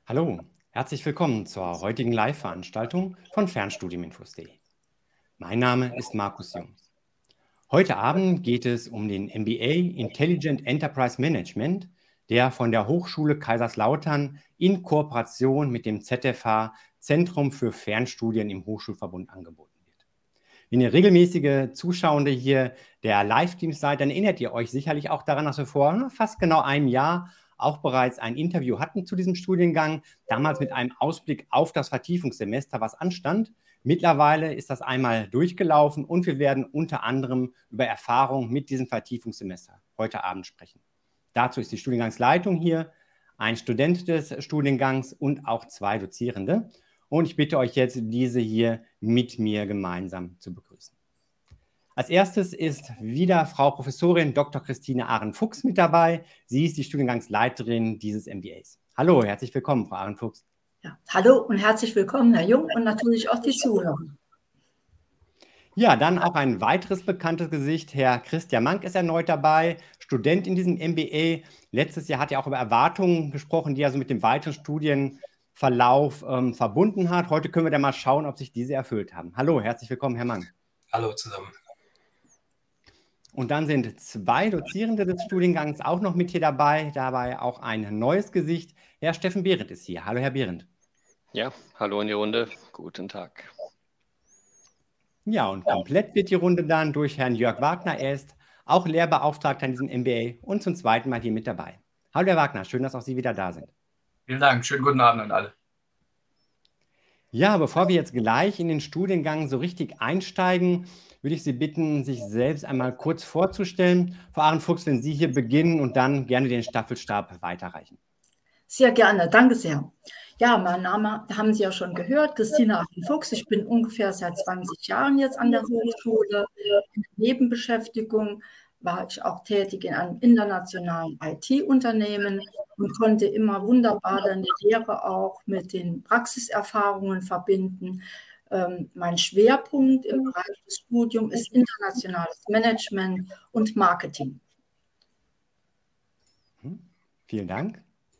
Hallo, herzlich willkommen zur heutigen Live-Veranstaltung von Fernstudiuminfos.de. Mein Name ist Markus Jung. Heute Abend geht es um den MBA Intelligent Enterprise Management, der von der Hochschule Kaiserslautern in Kooperation mit dem ZFH Zentrum für Fernstudien im Hochschulverbund angeboten wird. Wenn ihr regelmäßige Zuschauende hier der Live-Teams seid, dann erinnert ihr euch sicherlich auch daran, dass wir vor fast genau einem Jahr auch bereits ein Interview hatten zu diesem Studiengang, damals mit einem Ausblick auf das Vertiefungssemester, was anstand. Mittlerweile ist das einmal durchgelaufen und wir werden unter anderem über Erfahrungen mit diesem Vertiefungssemester heute Abend sprechen. Dazu ist die Studiengangsleitung hier, ein Student des Studiengangs und auch 2 Dozierende. Und ich bitte euch jetzt, diese hier mit mir gemeinsam zu begrüßen. Als erstes ist wieder Frau Professorin Dr. Christine Ahren-Fuchs mit dabei. Sie ist die Studiengangsleiterin dieses MBAs. Hallo, herzlich willkommen, Frau Ahren-Fuchs. Ja, hallo und herzlich willkommen, Herr Jung, und natürlich auch die Zuhörer. Ja, dann auch ein weiteres bekanntes Gesicht. Herr Christian Mank ist erneut dabei, Student in diesem MBA. Letztes Jahr hat er auch über Erwartungen gesprochen, die er so mit dem weiteren Studienverlauf verbunden hat. Heute können wir dann mal schauen, ob sich diese erfüllt haben. Hallo, herzlich willkommen, Herr Mank. Hallo zusammen. Und dann sind 2 Dozierende des Studiengangs auch noch mit hier dabei auch ein neues Gesicht. Herr Steffen Behrendt ist hier. Hallo, Herr Behrendt. Ja, hallo in die Runde. Guten Tag. Ja, und komplett wird die Runde dann durch Herrn Jörg Wagner. Er ist auch Lehrbeauftragter an diesem MBA und zum zweiten Mal hier mit dabei. Hallo, Herr Wagner. Schön, dass auch Sie wieder da sind. Vielen Dank. Schönen guten Abend an alle. Ja, bevor wir jetzt gleich in den Studiengang so richtig einsteigen, würde ich Sie bitten, sich selbst einmal kurz vorzustellen. Frau Ahren-Fuchs, wenn Sie hier beginnen und dann gerne den Staffelstab weiterreichen. Sehr gerne, danke sehr. Ja, mein Name haben Sie ja schon gehört, Christine Ahren-Fuchs. Ich bin ungefähr seit 20 Jahren jetzt an der Hochschule. In der Nebenbeschäftigung war ich auch tätig in einem internationalen IT-Unternehmen und konnte immer wunderbar dann die Lehre auch mit den Praxiserfahrungen verbinden. Mein Schwerpunkt im Bereich des Studiums ist internationales Management und Marketing. Vielen Dank.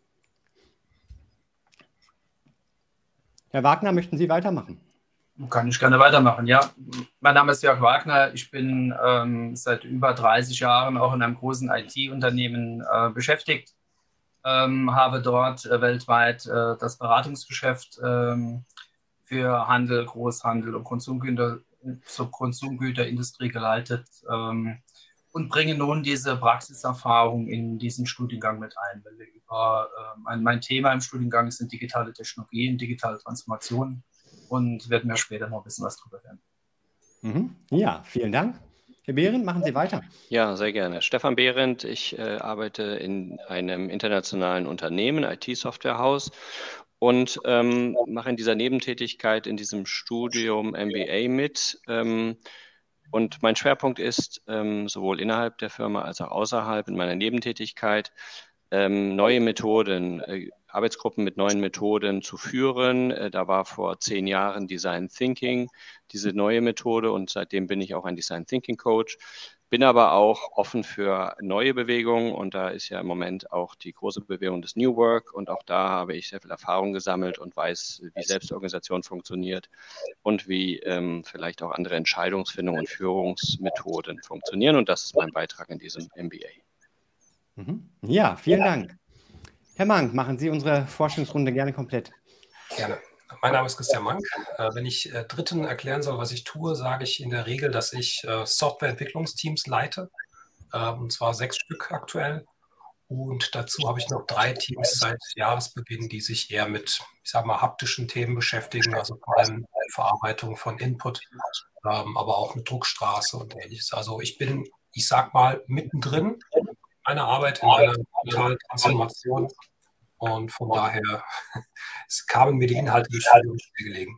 Herr Wagner, möchten Sie weitermachen? Kann ich gerne weitermachen, ja. Mein Name ist Jörg Wagner. Ich bin seit über 30 Jahren auch in einem großen IT-Unternehmen beschäftigt. Habe dort weltweit das Beratungsgeschäft für Handel, Großhandel und Konsumgüterindustrie geleitet und bringe nun diese Praxiserfahrung in diesen Studiengang mit ein. Weil wir mein Thema im Studiengang sind digitale Technologien, digitale Transformation und werden wir später noch ein bisschen was drüber hören. Ja, vielen Dank. Herr Behrendt, machen Sie weiter. Ja, sehr gerne. Stefan Behrendt, ich arbeite in einem internationalen Unternehmen, IT-Softwarehaus, und mache in dieser Nebentätigkeit in diesem Studium MBA mit. Und mein Schwerpunkt ist, sowohl innerhalb der Firma als auch außerhalb in meiner Nebentätigkeit, neue Methoden, Arbeitsgruppen mit neuen Methoden zu führen. Da war vor 10 Jahren Design Thinking diese neue Methode und seitdem bin ich auch ein Design Thinking Coach. Bin aber auch offen für neue Bewegungen und da ist ja im Moment auch die große Bewegung des New Work und auch da habe ich sehr viel Erfahrung gesammelt und weiß, wie Selbstorganisation funktioniert und wie vielleicht auch andere Entscheidungsfindung und Führungsmethoden funktionieren und das ist mein Beitrag in diesem MBA. Ja, vielen Dank. Herr Mank, machen Sie unsere Vorstellungsrunde gerne komplett. Gerne. Mein Name ist Christian Mank. Wenn ich Dritten erklären soll, was ich tue, sage ich in der Regel, dass ich Softwareentwicklungsteams leite, und zwar 6 Stück aktuell. Und dazu habe ich noch 3 Teams seit Jahresbeginn, die sich eher mit, ich sage mal, haptischen Themen beschäftigen, also vor allem Verarbeitung von Input, aber auch mit Druckstraße und Ähnliches. Also ich bin, ich sage mal, mittendrin in meiner Arbeit, in einer digitalen Transformation. Und von daher kamen mir die Inhalte des Studiums schwer gelegen.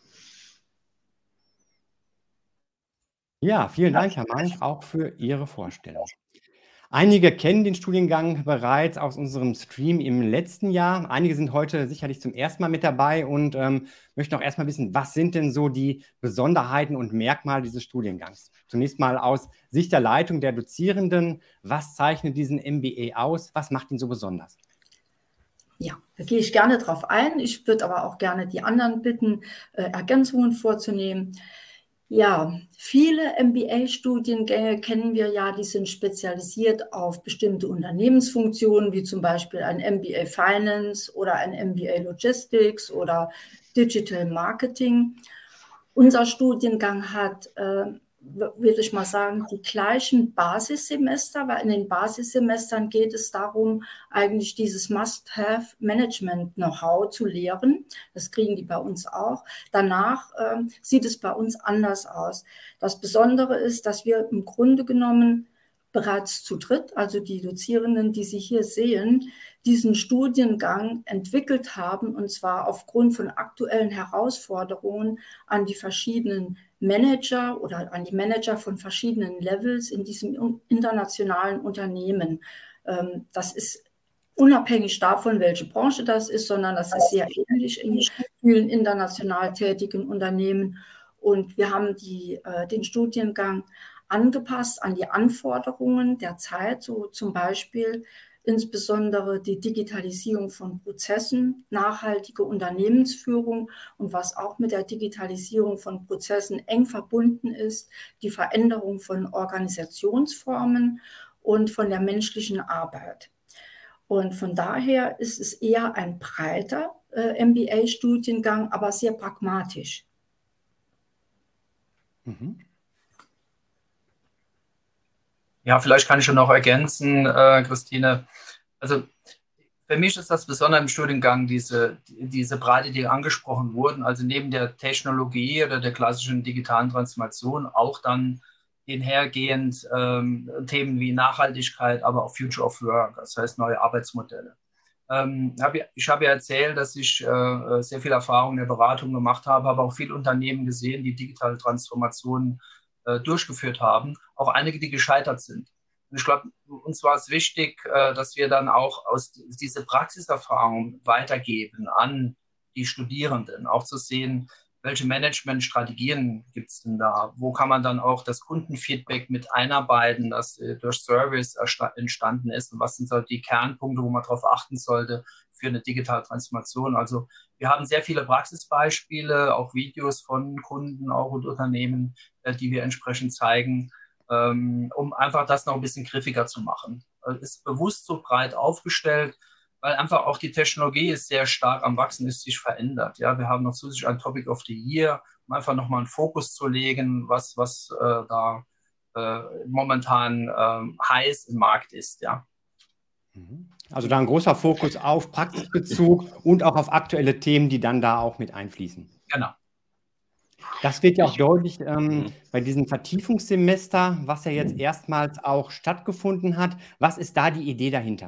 Ja, vielen Dank, Herr Mank, auch für Ihre Vorstellung. Einige kennen den Studiengang bereits aus unserem Stream im letzten Jahr. Einige sind heute sicherlich zum ersten Mal mit dabei und möchten auch erstmal wissen, was sind denn so die Besonderheiten und Merkmale dieses Studiengangs? Zunächst mal aus Sicht der Leitung der Dozierenden, was zeichnet diesen MBA aus? Was macht ihn so besonders? Ja, da gehe ich gerne drauf ein. Ich würde aber auch gerne die anderen bitten, Ergänzungen vorzunehmen. Ja, viele MBA-Studiengänge kennen wir ja, die sind spezialisiert auf bestimmte Unternehmensfunktionen, wie zum Beispiel ein MBA Finance oder ein MBA Logistics oder Digital Marketing. Unser Studiengang hat, würde ich mal sagen, die gleichen Basissemester, weil in den Basissemestern geht es darum, eigentlich dieses Must-Have-Management-Know-how zu lehren. Das kriegen die bei uns auch. Danach sieht es bei uns anders aus. Das Besondere ist, dass wir im Grunde genommen bereits zu dritt, also die Dozierenden, die Sie hier sehen, diesen Studiengang entwickelt haben, und zwar aufgrund von aktuellen Herausforderungen an die verschiedenen Manager oder an die Manager von verschiedenen Levels in diesem internationalen Unternehmen. Das ist unabhängig davon, welche Branche das ist, sondern das ist sehr ähnlich in vielen international tätigen Unternehmen. Und wir haben den Studiengang angepasst an die Anforderungen der Zeit, so zum Beispiel insbesondere die Digitalisierung von Prozessen, nachhaltige Unternehmensführung und was auch mit der Digitalisierung von Prozessen eng verbunden ist, die Veränderung von Organisationsformen und von der menschlichen Arbeit. Und von daher ist es eher ein breiter MBA-Studiengang, aber sehr pragmatisch. Mhm. Ja, vielleicht kann ich schon noch ergänzen, Christine. Also für mich ist das Besondere im Studiengang diese Breite, die angesprochen wurden, also neben der Technologie oder der klassischen digitalen Transformation auch dann einhergehend Themen wie Nachhaltigkeit, aber auch Future of Work, das heißt neue Arbeitsmodelle. Ich habe ja erzählt, dass ich sehr viel Erfahrung in der Beratung gemacht habe, habe auch viele Unternehmen gesehen, die digitale Transformationen durchgeführt haben, auch einige, die gescheitert sind. Und ich glaube, uns war es wichtig, dass wir dann auch diese Praxiserfahrung weitergeben an die Studierenden, auch zu sehen, welche Managementstrategien gibt es denn da? Wo kann man dann auch das Kundenfeedback mit einarbeiten, das durch Service entstanden ist? Und was sind so die Kernpunkte, wo man darauf achten sollte für eine digitale Transformation? Also wir haben sehr viele Praxisbeispiele, auch Videos von Kunden, auch und Unternehmen, die wir entsprechend zeigen, um einfach das noch ein bisschen griffiger zu machen. Ist bewusst so breit aufgestellt, weil einfach auch die Technologie ist sehr stark am Wachsen, ist sich verändert. Ja, wir haben noch zusätzlich ein Topic of the Year, um einfach nochmal einen Fokus zu legen, was da momentan heiß im Markt ist. Ja. Also da ein großer Fokus auf Praxisbezug und auch auf aktuelle Themen, die dann da auch mit einfließen. Genau. Das wird ja auch deutlich bei diesem Vertiefungssemester, was ja jetzt erstmals auch stattgefunden hat. Was ist da die Idee dahinter?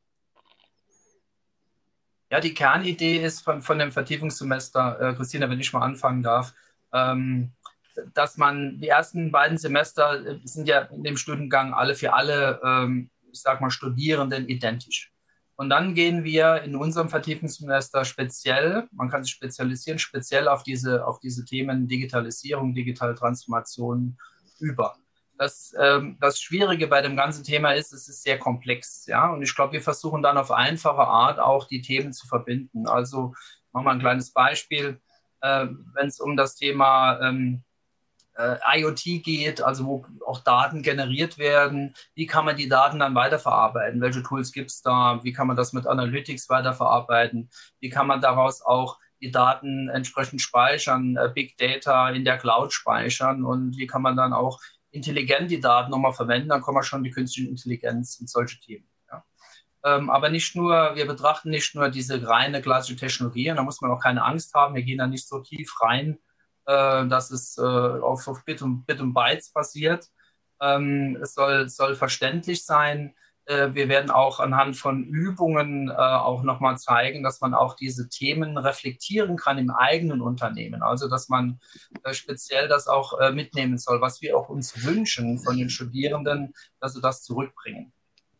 Ja, die Kernidee ist von dem Vertiefungssemester, Christina, wenn ich mal anfangen darf, dass man die ersten beiden Semester sind ja in dem Studiengang für alle, ich sag mal, Studierenden identisch. Und dann gehen wir in unserem Vertiefungssemester speziell, man kann sich spezialisieren, speziell auf diese Themen Digitalisierung, digitale Transformation über. Das Schwierige bei dem ganzen Thema ist, es ist sehr komplex, ja. Und ich glaube, wir versuchen dann auf einfache Art auch die Themen zu verbinden. Also machen wir ein kleines Beispiel, wenn es um das Thema IoT geht, also wo auch Daten generiert werden. Wie kann man die Daten dann weiterverarbeiten? Welche Tools gibt es da? Wie kann man das mit Analytics weiterverarbeiten? Wie kann man daraus auch die Daten entsprechend speichern, Big Data in der Cloud speichern? Und wie kann man dann auch intelligent die Daten nochmal verwenden? Dann kommen wir schon die künstliche Intelligenz und solche Themen. Ja. Aber wir betrachten nicht nur diese reine klassische Technologie, und da muss man auch keine Angst haben. Wir gehen da nicht so tief rein, dass es auf Bit und Bytes basiert. Es soll verständlich sein. Wir werden auch anhand von Übungen auch nochmal zeigen, dass man auch diese Themen reflektieren kann im eigenen Unternehmen. Also, dass man speziell das auch mitnehmen soll, was wir auch uns wünschen von den Studierenden, dass sie das zurückbringen.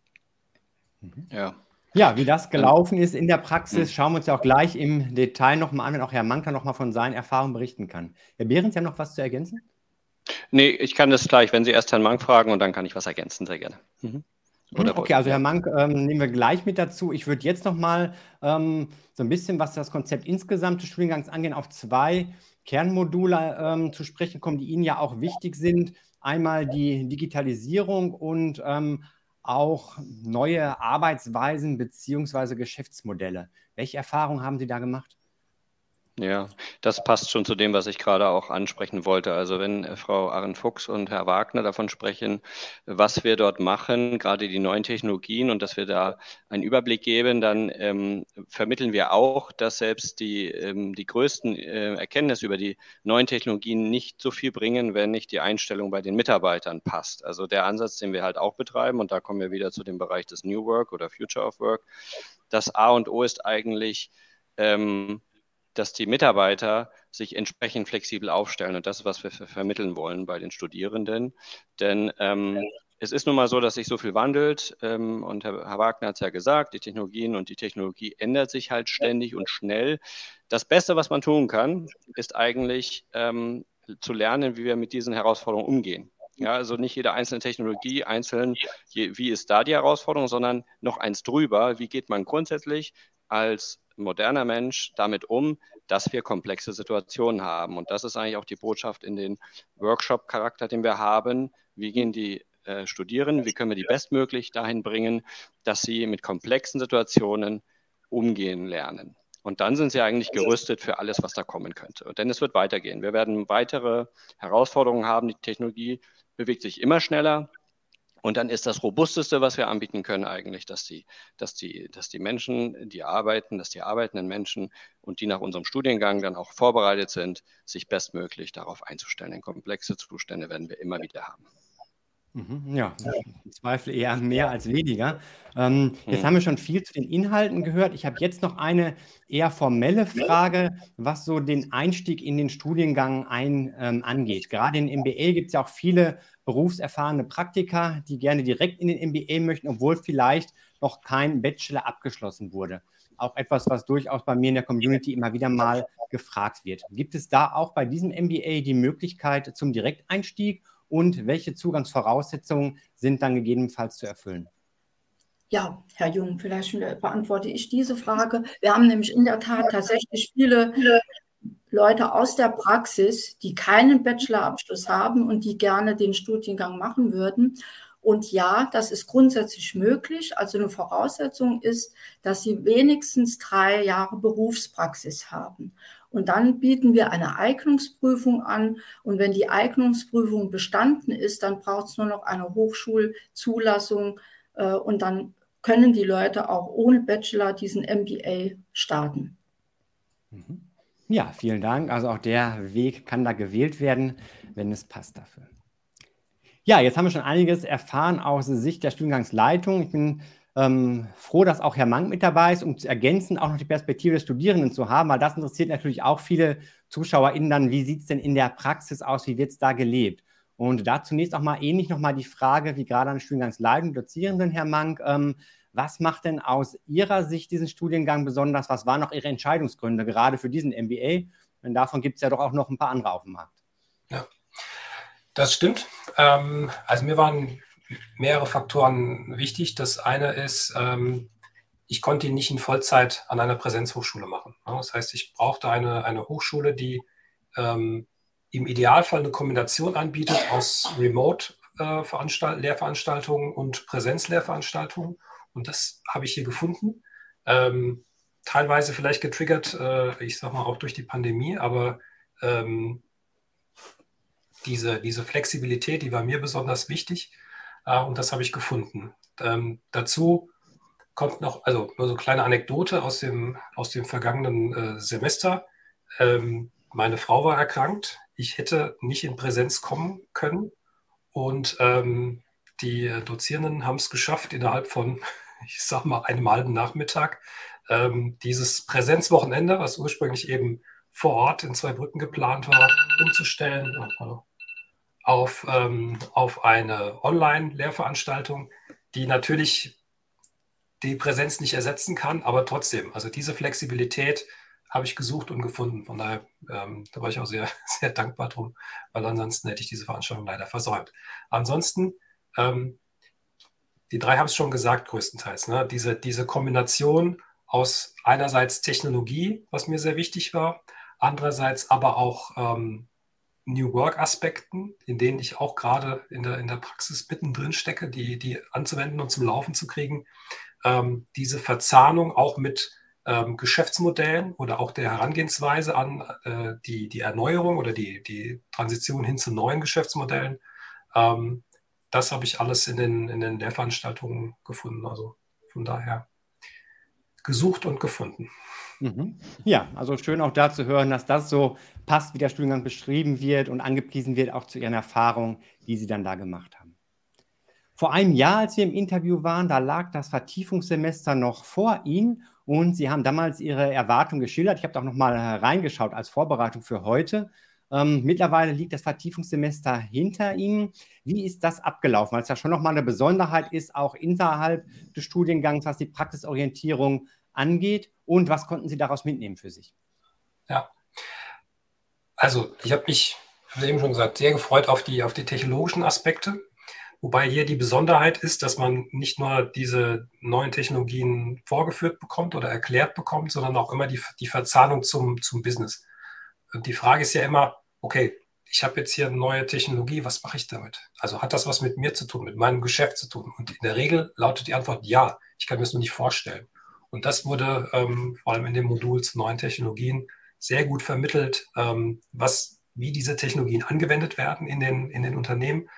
Ja, wie das gelaufen ist in der Praxis, schauen wir uns ja auch gleich im Detail nochmal an, wenn auch Herr Manka nochmal von seinen Erfahrungen berichten kann. Herr Behrens, Sie haben noch was zu ergänzen? Nee, ich kann das gleich, wenn Sie erst Herrn Mank fragen und dann kann ich was ergänzen, sehr gerne. Oder Okay, also Herr Mank, nehmen wir gleich mit dazu. Ich würde jetzt nochmal so ein bisschen, was das Konzept insgesamt des Studiengangs angeht, auf 2 Kernmodule zu sprechen kommen, die Ihnen ja auch wichtig sind. Einmal die Digitalisierung und auch neue Arbeitsweisen beziehungsweise Geschäftsmodelle. Welche Erfahrungen haben Sie da gemacht? Ja, das passt schon zu dem, was ich gerade auch ansprechen wollte. Also wenn Frau Arendt-Fuchs und Herr Wagner davon sprechen, was wir dort machen, gerade die neuen Technologien und dass wir da einen Überblick geben, dann vermitteln wir auch, dass selbst die größten Erkenntnisse über die neuen Technologien nicht so viel bringen, wenn nicht die Einstellung bei den Mitarbeitern passt. Also der Ansatz, den wir halt auch betreiben, und da kommen wir wieder zu dem Bereich des New Work oder Future of Work, das A und O ist eigentlich, dass die Mitarbeiter sich entsprechend flexibel aufstellen. Und das ist, was wir vermitteln wollen bei den Studierenden. Denn es ist nun mal so, dass sich so viel wandelt. Und Herr Wagner hat es ja gesagt, die Technologien und die Technologie ändert sich halt ständig und schnell. Das Beste, was man tun kann, ist eigentlich zu lernen, wie wir mit diesen Herausforderungen umgehen. Ja, also nicht jede einzelne Technologie einzeln, wie ist da die Herausforderung, sondern noch eins drüber, wie geht man grundsätzlich als moderner Mensch damit um, dass wir komplexe Situationen haben. Und das ist eigentlich auch die Botschaft in den Workshop-Charakter, den wir haben. Wie gehen die Studierenden, wie können wir die bestmöglich dahin bringen, dass sie mit komplexen Situationen umgehen lernen. Und dann sind sie eigentlich gerüstet für alles, was da kommen könnte. Denn es wird weitergehen. Wir werden weitere Herausforderungen haben. Die Technologie bewegt sich immer schneller. Und dann ist das Robusteste, was wir anbieten können, eigentlich, dass die Menschen, die arbeiten, dass die arbeitenden Menschen und die nach unserem Studiengang dann auch vorbereitet sind, sich bestmöglich darauf einzustellen. Denn komplexe Zustände werden wir immer wieder haben. Ja, im Zweifel eher mehr als weniger. Jetzt haben wir schon viel zu den Inhalten gehört. Ich habe jetzt noch eine eher formelle Frage, was so den Einstieg in den Studiengang angeht. Gerade in MBA gibt es ja auch viele berufserfahrene Praktiker, die gerne direkt in den MBA möchten, obwohl vielleicht noch kein Bachelor abgeschlossen wurde. Auch etwas, was durchaus bei mir in der Community immer wieder mal gefragt wird. Gibt es da auch bei diesem MBA die Möglichkeit zum Direkteinstieg? Und welche Zugangsvoraussetzungen sind dann gegebenenfalls zu erfüllen? Ja, Herr Jung, vielleicht beantworte ich diese Frage. Wir haben nämlich in der Tat tatsächlich viele Leute aus der Praxis, die keinen Bachelorabschluss haben und die gerne den Studiengang machen würden. Und ja, das ist grundsätzlich möglich. Also eine Voraussetzung ist, dass sie wenigstens 3 Jahre Berufspraxis haben. Und dann bieten wir eine Eignungsprüfung an. Und wenn die Eignungsprüfung bestanden ist, dann braucht es nur noch eine Hochschulzulassung. Und dann können die Leute auch ohne Bachelor diesen MBA starten. Ja, vielen Dank. Also auch der Weg kann da gewählt werden, wenn es passt dafür. Ja, jetzt haben wir schon einiges erfahren aus Sicht der Studiengangsleitung. Ich bin froh, dass auch Herr Mank mit dabei ist, um zu ergänzen, auch noch die Perspektive des Studierenden zu haben, weil das interessiert natürlich auch viele ZuschauerInnen dann, wie sieht es denn in der Praxis aus, wie wird es da gelebt? Und da zunächst auch mal ähnlich nochmal die Frage, wie gerade an der Studiengangsleitung, Dozierenden, Herr Mank, was macht denn aus Ihrer Sicht diesen Studiengang besonders? Was waren noch Ihre Entscheidungsgründe, gerade für diesen MBA? Denn davon gibt es ja doch auch noch ein paar andere auf dem Markt. Ja, das stimmt. Also mir waren mehrere Faktoren wichtig. Das eine ist, ich konnte ihn nicht in Vollzeit an einer Präsenzhochschule machen. Das heißt, ich brauchte eine Hochschule, die im Idealfall eine Kombination anbietet aus Remote-Lehrveranstaltungen und Präsenzlehrveranstaltungen. Und das habe ich hier gefunden. Teilweise vielleicht getriggert, ich sage mal auch durch die Pandemie, aber diese Flexibilität, die war mir besonders wichtig. Und das habe ich gefunden. Dazu kommt noch, also nur so eine kleine Anekdote aus dem vergangenen Semester. Meine Frau war erkrankt. Ich hätte nicht in Präsenz kommen können. Und die Dozierenden haben es geschafft, innerhalb von, ich sag mal, einem halben Nachmittag dieses Präsenzwochenende, was ursprünglich eben vor Ort in Zweibrücken geplant war, umzustellen auf eine Online-Lehrveranstaltung, die natürlich die Präsenz nicht ersetzen kann, aber trotzdem, also diese Flexibilität habe ich gesucht und gefunden. Von daher, da war ich auch sehr, sehr dankbar drum, weil ansonsten hätte ich diese Veranstaltung leider versäumt. Ansonsten, die drei haben es schon gesagt, größtenteils. Ne? Diese Kombination aus einerseits Technologie, was mir sehr wichtig war, andererseits aber auch New Work-Aspekten, in denen ich auch gerade in der Praxis mittendrin stecke, die anzuwenden und zum Laufen zu kriegen. Diese Verzahnung auch mit Geschäftsmodellen oder auch der Herangehensweise an die Erneuerung oder die Transition hin zu neuen Geschäftsmodellen. Das habe ich alles in den Lehrveranstaltungen gefunden. Also von daher gesucht und gefunden. Ja, also schön auch da zu hören, dass das so passt, wie der Studiengang beschrieben wird und angepriesen wird, auch zu Ihren Erfahrungen, die Sie dann da gemacht haben. Vor einem Jahr, als wir im Interview waren, da lag das Vertiefungssemester noch vor Ihnen und Sie haben damals Ihre Erwartungen geschildert. Ich habe da auch nochmal reingeschaut als Vorbereitung für heute. Mittlerweile liegt das Vertiefungssemester hinter Ihnen. Wie ist das abgelaufen? Weil es ja schon nochmal eine Besonderheit ist, auch innerhalb des Studiengangs, was die Praxisorientierung angeht. Und was konnten Sie daraus mitnehmen für sich? Ja, also ich habe mich, eben schon gesagt, sehr gefreut auf die technologischen Aspekte. Wobei hier die Besonderheit ist, dass man nicht nur diese neuen Technologien vorgeführt bekommt oder erklärt bekommt, sondern auch immer die Verzahnung zum Business. Und die Frage ist ja immer, okay, ich habe jetzt hier eine neue Technologie, was mache ich damit? Also hat das was mit mir zu tun, mit meinem Geschäft zu tun? Und in der Regel lautet die Antwort ja, ich kann mir das nur nicht vorstellen. Und das wurde vor allem in dem Modul zu neuen Technologien sehr gut vermittelt, wie diese Technologien angewendet werden in den Unternehmen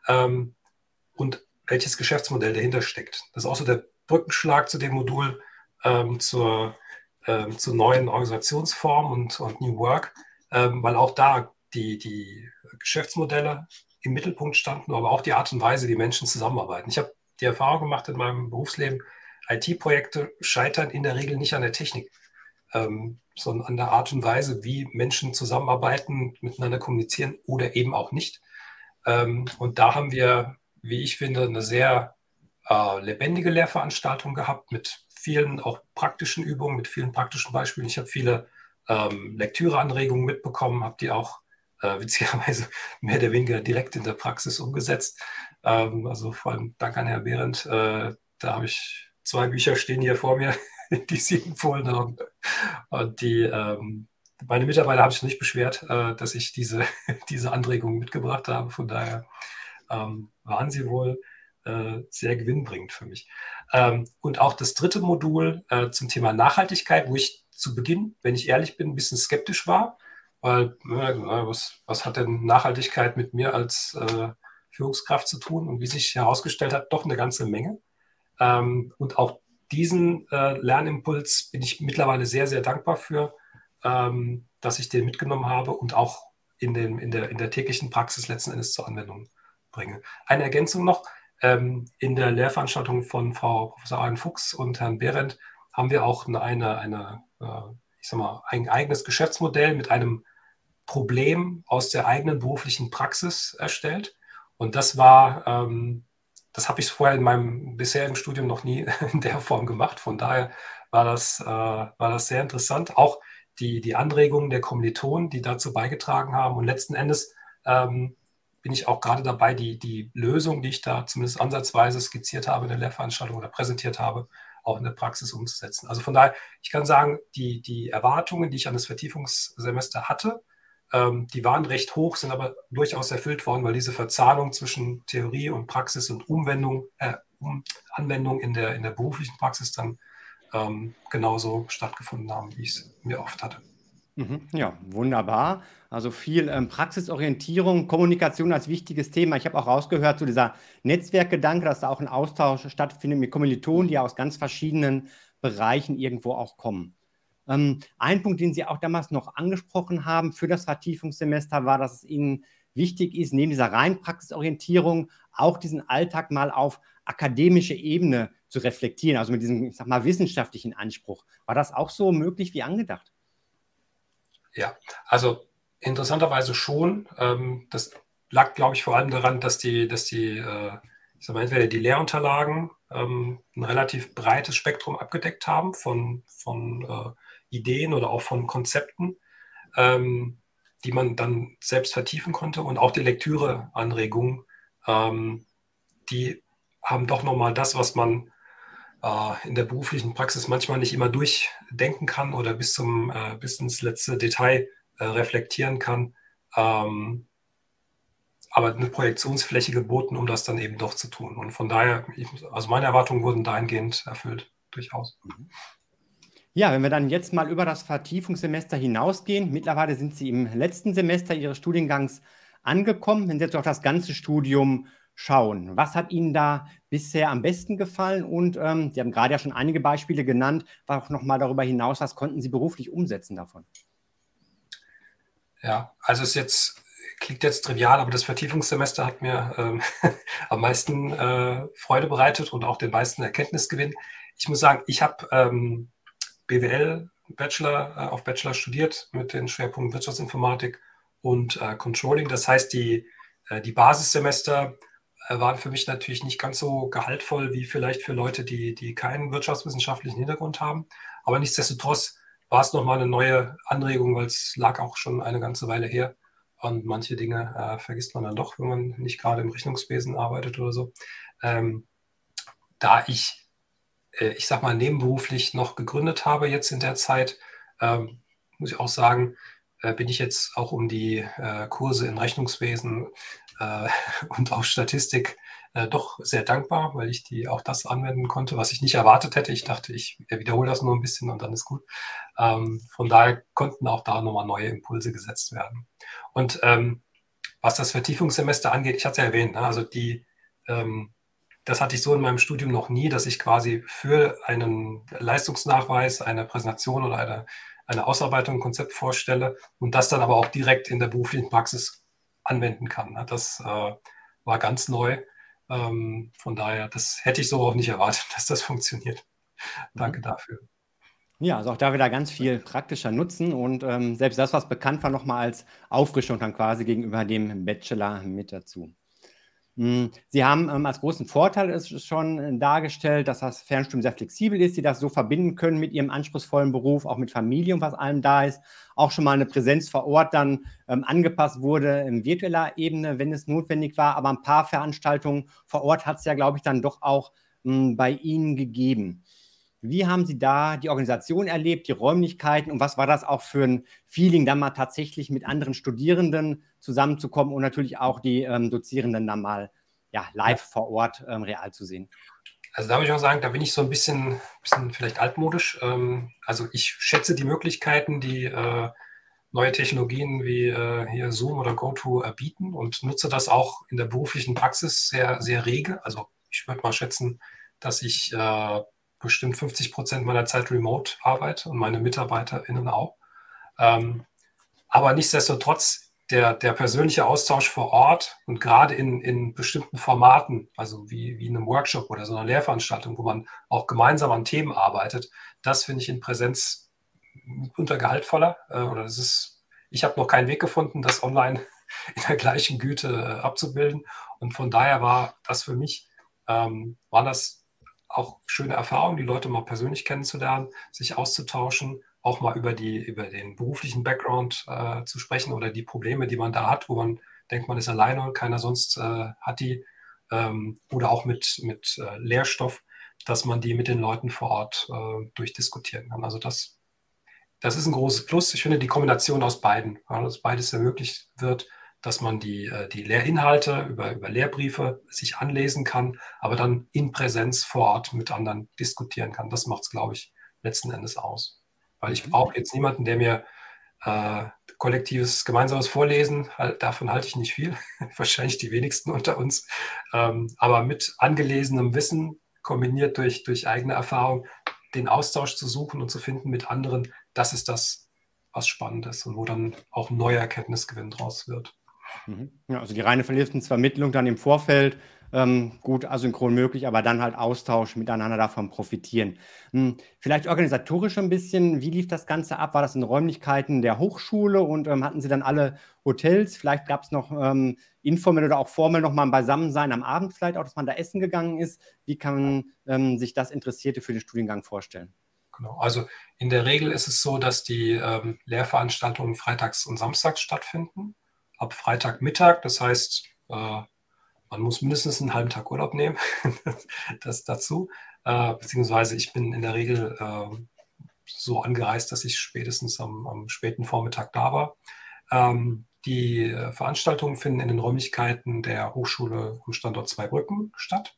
und welches Geschäftsmodell dahinter steckt. Das ist auch so der Brückenschlag zu dem Modul zu neuen Organisationsformen und New Work, weil auch da die Geschäftsmodelle im Mittelpunkt standen, aber auch die Art und Weise, wie Menschen zusammenarbeiten. Ich habe die Erfahrung gemacht in meinem Berufsleben, IT-Projekte scheitern in der Regel nicht an der Technik, sondern an der Art und Weise, wie Menschen zusammenarbeiten, miteinander kommunizieren oder eben auch nicht. Und da haben wir, wie ich finde, eine sehr lebendige Lehrveranstaltung gehabt mit vielen auch praktischen Übungen, mit vielen praktischen Beispielen. Ich habe viele Lektüreanregungen mitbekommen, habe die auch witzigerweise mehr oder weniger direkt in der Praxis umgesetzt. Also vor allem Dank an Herrn Behrendt. Da habe ich 2 Bücher stehen hier vor mir, die Sie empfohlen haben. Und meine Mitarbeiter haben sich nicht beschwert, dass ich diese Anregungen mitgebracht habe. Von daher waren sie wohl sehr gewinnbringend für mich. Und auch das dritte Modul zum Thema Nachhaltigkeit, wo ich zu Beginn, wenn ich ehrlich bin, ein bisschen skeptisch war, weil was hat denn Nachhaltigkeit mit mir als Führungskraft zu tun? Und wie sich herausgestellt hat, doch eine ganze Menge. Und auch diesen Lernimpuls bin ich mittlerweile sehr, sehr dankbar für, dass ich den mitgenommen habe und auch in der täglichen Praxis letzten Endes zur Anwendung bringe. Eine Ergänzung noch, in der Lehrveranstaltung von Frau Professor Arjen Fuchs und Herrn Behrendt haben wir auch ein eigenes Geschäftsmodell mit einem Problem aus der eigenen beruflichen Praxis erstellt. Und das war, das habe ich vorher in meinem bisherigen Studium noch nie in der Form gemacht. Von daher war das sehr interessant. Auch die Anregungen der Kommilitonen, die dazu beigetragen haben. Und letzten Endes bin ich auch gerade dabei, die Lösung, die ich da zumindest ansatzweise skizziert habe in der Lehrveranstaltung oder präsentiert habe, auch in der Praxis umzusetzen. Also von daher, ich kann sagen, die Erwartungen, die ich an das Vertiefungssemester hatte, die waren recht hoch, sind aber durchaus erfüllt worden, weil diese Verzahnung zwischen Theorie und Praxis und Anwendung in der beruflichen Praxis dann genauso stattgefunden haben, wie ich es mir oft hatte. Ja, wunderbar. Also viel Praxisorientierung, Kommunikation als wichtiges Thema. Ich habe auch rausgehört, so dieser Netzwerkgedanke, dass da auch ein Austausch stattfindet mit Kommilitonen, die aus ganz verschiedenen Bereichen irgendwo auch kommen. Ein Punkt, den Sie auch damals noch angesprochen haben für das Vertiefungssemester, war, dass es Ihnen wichtig ist, neben dieser reinen Praxisorientierung auch diesen Alltag mal auf akademische Ebene zu reflektieren, also mit diesem, ich sag mal, wissenschaftlichen Anspruch. War das auch so möglich wie angedacht? Ja, also interessanterweise schon. Das lag, glaube ich, vor allem daran, dass entweder die Lehrunterlagen ein relativ breites Spektrum abgedeckt haben von Ideen oder auch von Konzepten, die man dann selbst vertiefen konnte und auch die Lektüreanregungen, die haben doch nochmal das, was man in der beruflichen Praxis manchmal nicht immer durchdenken kann oder bis ins letzte Detail reflektieren kann. Aber eine Projektionsfläche geboten, um das dann eben doch zu tun. Und von daher, also meine Erwartungen wurden dahingehend erfüllt, durchaus. Ja, wenn wir dann jetzt mal über das Vertiefungssemester hinausgehen, mittlerweile sind Sie im letzten Semester Ihres Studiengangs angekommen. Wenn Sie jetzt auf das ganze Studium schauen, was hat Ihnen da bisher am besten gefallen? Und Sie haben gerade ja schon einige Beispiele genannt, aber auch nochmal darüber hinaus, was konnten Sie beruflich umsetzen davon? Ja, also klingt jetzt trivial, aber das Vertiefungssemester hat mir am meisten Freude bereitet und auch den meisten Erkenntnisgewinn. Ich muss sagen, ich habe BWL auf Bachelor studiert mit den Schwerpunkten Wirtschaftsinformatik und Controlling. Das heißt, die Basissemester waren für mich natürlich nicht ganz so gehaltvoll wie vielleicht für Leute, die keinen wirtschaftswissenschaftlichen Hintergrund haben. Aber nichtsdestotrotz war es nochmal eine neue Anregung, weil es lag auch schon eine ganze Weile her. Und manche Dinge vergisst man dann doch, wenn man nicht gerade im Rechnungswesen arbeitet oder so. Da ich sag mal, nebenberuflich noch gegründet habe jetzt in der Zeit, muss ich auch sagen, bin ich jetzt auch um die Kurse in Rechnungswesen und auch Statistik doch sehr dankbar, weil ich auch das anwenden konnte, was ich nicht erwartet hätte. Ich dachte, ich wiederhole das nur ein bisschen und dann ist gut. Von daher konnten auch da nochmal neue Impulse gesetzt werden. Und was das Vertiefungssemester angeht, ich hatte es ja erwähnt, ne, also das hatte ich so in meinem Studium noch nie, dass ich quasi für einen Leistungsnachweis, eine Präsentation oder eine Ausarbeitung, ein Konzept vorstelle und das dann aber auch direkt in der beruflichen Praxis anwenden kann. Das war ganz neu. Von daher, das hätte ich so auch nicht erwartet, dass das funktioniert. Danke dafür. Ja, also auch da wieder ganz viel praktischer Nutzen und selbst das, was bekannt war, nochmal als Auffrischung dann quasi gegenüber dem Bachelor mit dazu. Sie haben als großen Vorteil es schon dargestellt, dass das Fernstudium sehr flexibel ist, Sie das so verbinden können mit Ihrem anspruchsvollen Beruf, auch mit Familie und was allem da ist. Auch schon mal eine Präsenz vor Ort dann angepasst wurde in virtueller Ebene, wenn es notwendig war. Aber ein paar Veranstaltungen vor Ort hat es ja, glaube ich, dann doch auch bei Ihnen gegeben. Wie haben Sie da die Organisation erlebt, die Räumlichkeiten und was war das auch für ein Feeling, dann mal tatsächlich mit anderen Studierenden zusammenzukommen und natürlich auch die Dozierenden dann mal live vor Ort real zu sehen? Also da würde ich auch sagen, da bin ich so ein bisschen vielleicht altmodisch. Also ich schätze die Möglichkeiten, die neue Technologien wie hier Zoom oder GoTo bieten und nutze das auch in der beruflichen Praxis sehr, sehr rege. Also ich würde mal schätzen, dass ich bestimmt 50% meiner Zeit remote arbeite und meine MitarbeiterInnen auch. Aber nichtsdestotrotz, der persönliche Austausch vor Ort und gerade in bestimmten Formaten, also wie in einem Workshop oder so einer Lehrveranstaltung, wo man auch gemeinsam an Themen arbeitet, das finde ich in Präsenz untergehaltvoller. Ich habe noch keinen Weg gefunden, das online in der gleichen Güte abzubilden. Und von daher war das für mich, waren das auch schöne Erfahrungen, die Leute mal persönlich kennenzulernen, sich auszutauschen, auch mal über den beruflichen Background zu sprechen oder die Probleme, die man da hat, wo man denkt, man ist alleine und keiner sonst hat die, oder auch mit Lehrstoff, dass man die mit den Leuten vor Ort durchdiskutieren kann. Also das ist ein großes Plus. Ich finde die Kombination aus beiden, dass beides ermöglicht wird, dass man die Lehrinhalte über Lehrbriefe sich anlesen kann, aber dann in Präsenz vor Ort mit anderen diskutieren kann. Das macht es, glaube ich, letzten Endes aus. Weil ich brauche jetzt niemanden, der mir kollektives, gemeinsames Vorlesen, davon halte ich nicht viel, wahrscheinlich die wenigsten unter uns, aber mit angelesenem Wissen, kombiniert durch eigene Erfahrung, den Austausch zu suchen und zu finden mit anderen, das ist das, was spannend ist und wo dann auch ein neuer Erkenntnisgewinn draus wird. Ja, also die reine Vermögensvermittlung dann im Vorfeld, gut asynchron möglich, aber dann halt Austausch, miteinander davon profitieren. Vielleicht organisatorisch ein bisschen, wie lief das Ganze ab? War das in Räumlichkeiten der Hochschule und hatten Sie dann alle Hotels? Vielleicht gab es noch informell oder auch formell nochmal ein Beisammensein am Abend vielleicht auch, dass man da essen gegangen ist. Wie kann sich das Interessierte für den Studiengang vorstellen? Genau, also in der Regel ist es so, dass die Lehrveranstaltungen freitags und samstags stattfinden. Ab Freitagmittag, das heißt, man Man muss mindestens einen halben Tag Urlaub nehmen, das dazu. Beziehungsweise ich bin in der Regel so angereist, dass ich spätestens am späten Vormittag da war. Die Veranstaltungen finden in den Räumlichkeiten der Hochschule am Standort Zweibrücken statt,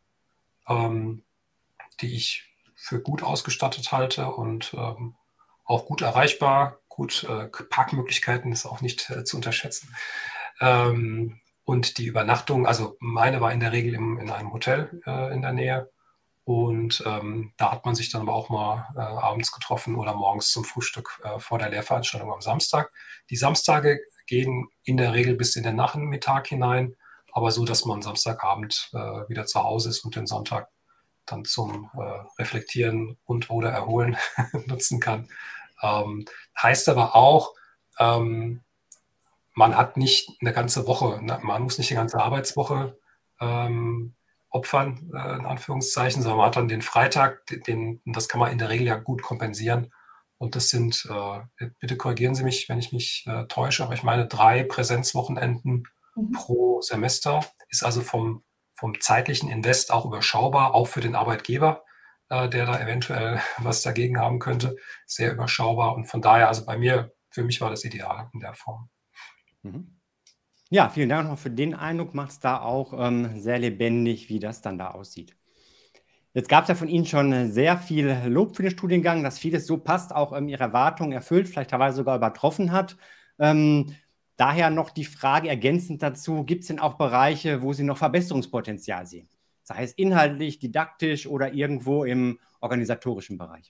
die ich für gut ausgestattet halte und auch gut erreichbar. Gut, Parkmöglichkeiten ist auch nicht zu unterschätzen. Und die Übernachtung, also meine war in der Regel in einem Hotel in der Nähe. Und da hat man sich dann aber auch mal abends getroffen oder morgens zum Frühstück vor der Lehrveranstaltung am Samstag. Die Samstage gehen in der Regel bis in den Nachmittag hinein, aber so, dass man Samstagabend wieder zu Hause ist und den Sonntag dann zum Reflektieren und oder Erholen nutzen kann. Heißt aber auch, man hat nicht eine ganze Woche, man muss nicht die ganze Arbeitswoche opfern, in Anführungszeichen, sondern man hat dann den Freitag, das kann man in der Regel ja gut kompensieren. Und das sind, bitte korrigieren Sie mich, wenn ich mich täusche, aber ich meine 3 Präsenzwochenenden pro Semester. Ist also vom zeitlichen Invest auch überschaubar, auch für den Arbeitgeber, der da eventuell was dagegen haben könnte, sehr überschaubar. Und von daher, also für mich war das ideal in der Form. Ja, vielen Dank noch für den Eindruck. Macht es da auch sehr lebendig, wie das dann da aussieht. Jetzt gab es ja von Ihnen schon sehr viel Lob für den Studiengang, dass vieles so passt, auch Ihre Erwartungen erfüllt, vielleicht teilweise sogar übertroffen hat. Daher noch die Frage ergänzend dazu, gibt es denn auch Bereiche, wo Sie noch Verbesserungspotenzial sehen? Sei es inhaltlich, didaktisch oder irgendwo im organisatorischen Bereich?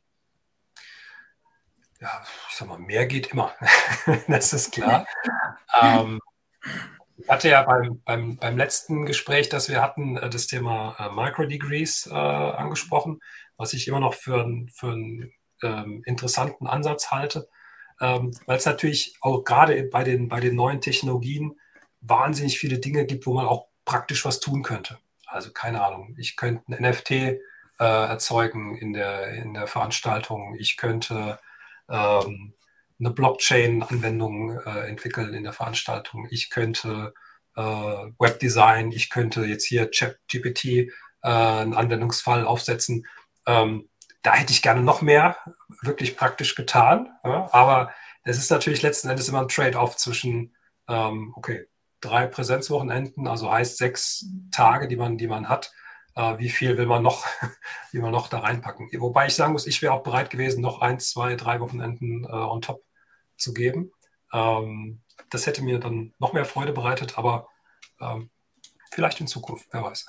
Ja, ich sag mal, mehr geht immer. Das ist klar. Ich hatte ja beim letzten Gespräch, das wir hatten, das Thema Microdegrees angesprochen, was ich immer noch für einen interessanten Ansatz halte, weil es natürlich auch gerade bei den neuen Technologien wahnsinnig viele Dinge gibt, wo man auch praktisch was tun könnte. Also keine Ahnung, ich könnte ein NFT erzeugen in der Veranstaltung, ich könnte eine Blockchain-Anwendung entwickeln in der Veranstaltung. Ich könnte Webdesign, ich könnte jetzt hier ChatGPT einen Anwendungsfall aufsetzen. Da hätte ich gerne noch mehr wirklich praktisch getan. Ja? Aber es ist natürlich letzten Endes immer ein Trade-off zwischen, 3 Präsenzwochenenden, also heißt 6 Tage, die man hat. Wie viel will man noch da reinpacken? Wobei ich sagen muss, ich wäre auch bereit gewesen, noch 1, 2, 3 Wochenenden on top zu geben. Das hätte mir dann noch mehr Freude bereitet, aber vielleicht in Zukunft, wer weiß.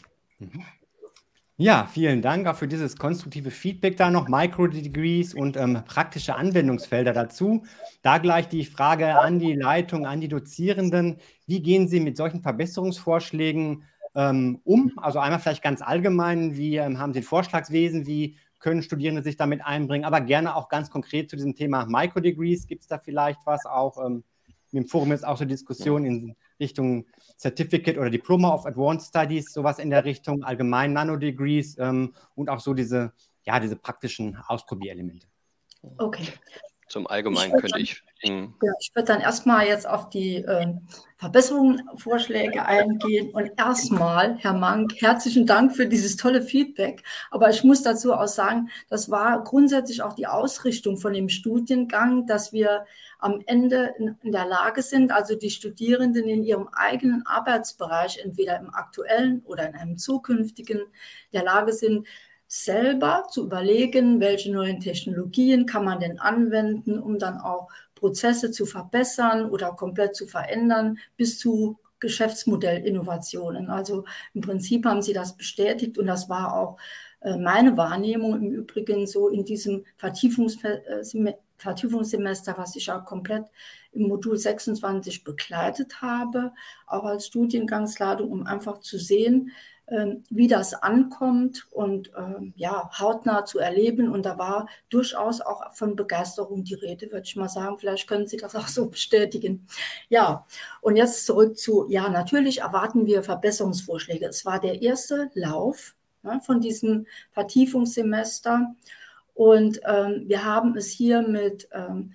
Ja, vielen Dank auch für dieses konstruktive Feedback da noch, Microdegrees und praktische Anwendungsfelder dazu. Da gleich die Frage an die Leitung, an die Dozierenden. Wie gehen Sie mit solchen Verbesserungsvorschlägen um? Also einmal vielleicht ganz allgemein, wie haben Sie ein Vorschlagswesen, wie können Studierende sich damit einbringen, aber gerne auch ganz konkret zu diesem Thema Microdegrees. Gibt es da vielleicht was auch im Forum jetzt auch so Diskussionen in Richtung Certificate oder Diploma of Advanced Studies, sowas in der Richtung, allgemein Nanodegrees und auch so diese praktischen Ausprobierelemente. Okay. Zum Allgemeinen könnte ich... Ja, ich würde dann erstmal jetzt auf die Verbesserungsvorschläge eingehen und erstmal, Herr Mank, herzlichen Dank für dieses tolle Feedback. Aber ich muss dazu auch sagen, das war grundsätzlich auch die Ausrichtung von dem Studiengang, dass wir am Ende in der Lage sind, also die Studierenden in ihrem eigenen Arbeitsbereich, entweder im aktuellen oder in einem zukünftigen, der Lage sind, selber zu überlegen, welche neuen Technologien kann man denn anwenden, um dann auch Prozesse zu verbessern oder komplett zu verändern, bis zu Geschäftsmodellinnovationen. Also im Prinzip haben Sie das bestätigt und das war auch meine Wahrnehmung im Übrigen so in diesem Vertiefungssemester, was ich auch komplett im Modul 26 begleitet habe, auch als Studiengangsladung, um einfach zu sehen, wie das ankommt und hautnah zu erleben. Und da war durchaus auch von Begeisterung die Rede, würde ich mal sagen. Vielleicht können Sie das auch so bestätigen. Ja, und jetzt zurück zu, ja, natürlich erwarten wir Verbesserungsvorschläge. Es war der erste Lauf von diesem Vertiefungssemester und wir haben es hier mit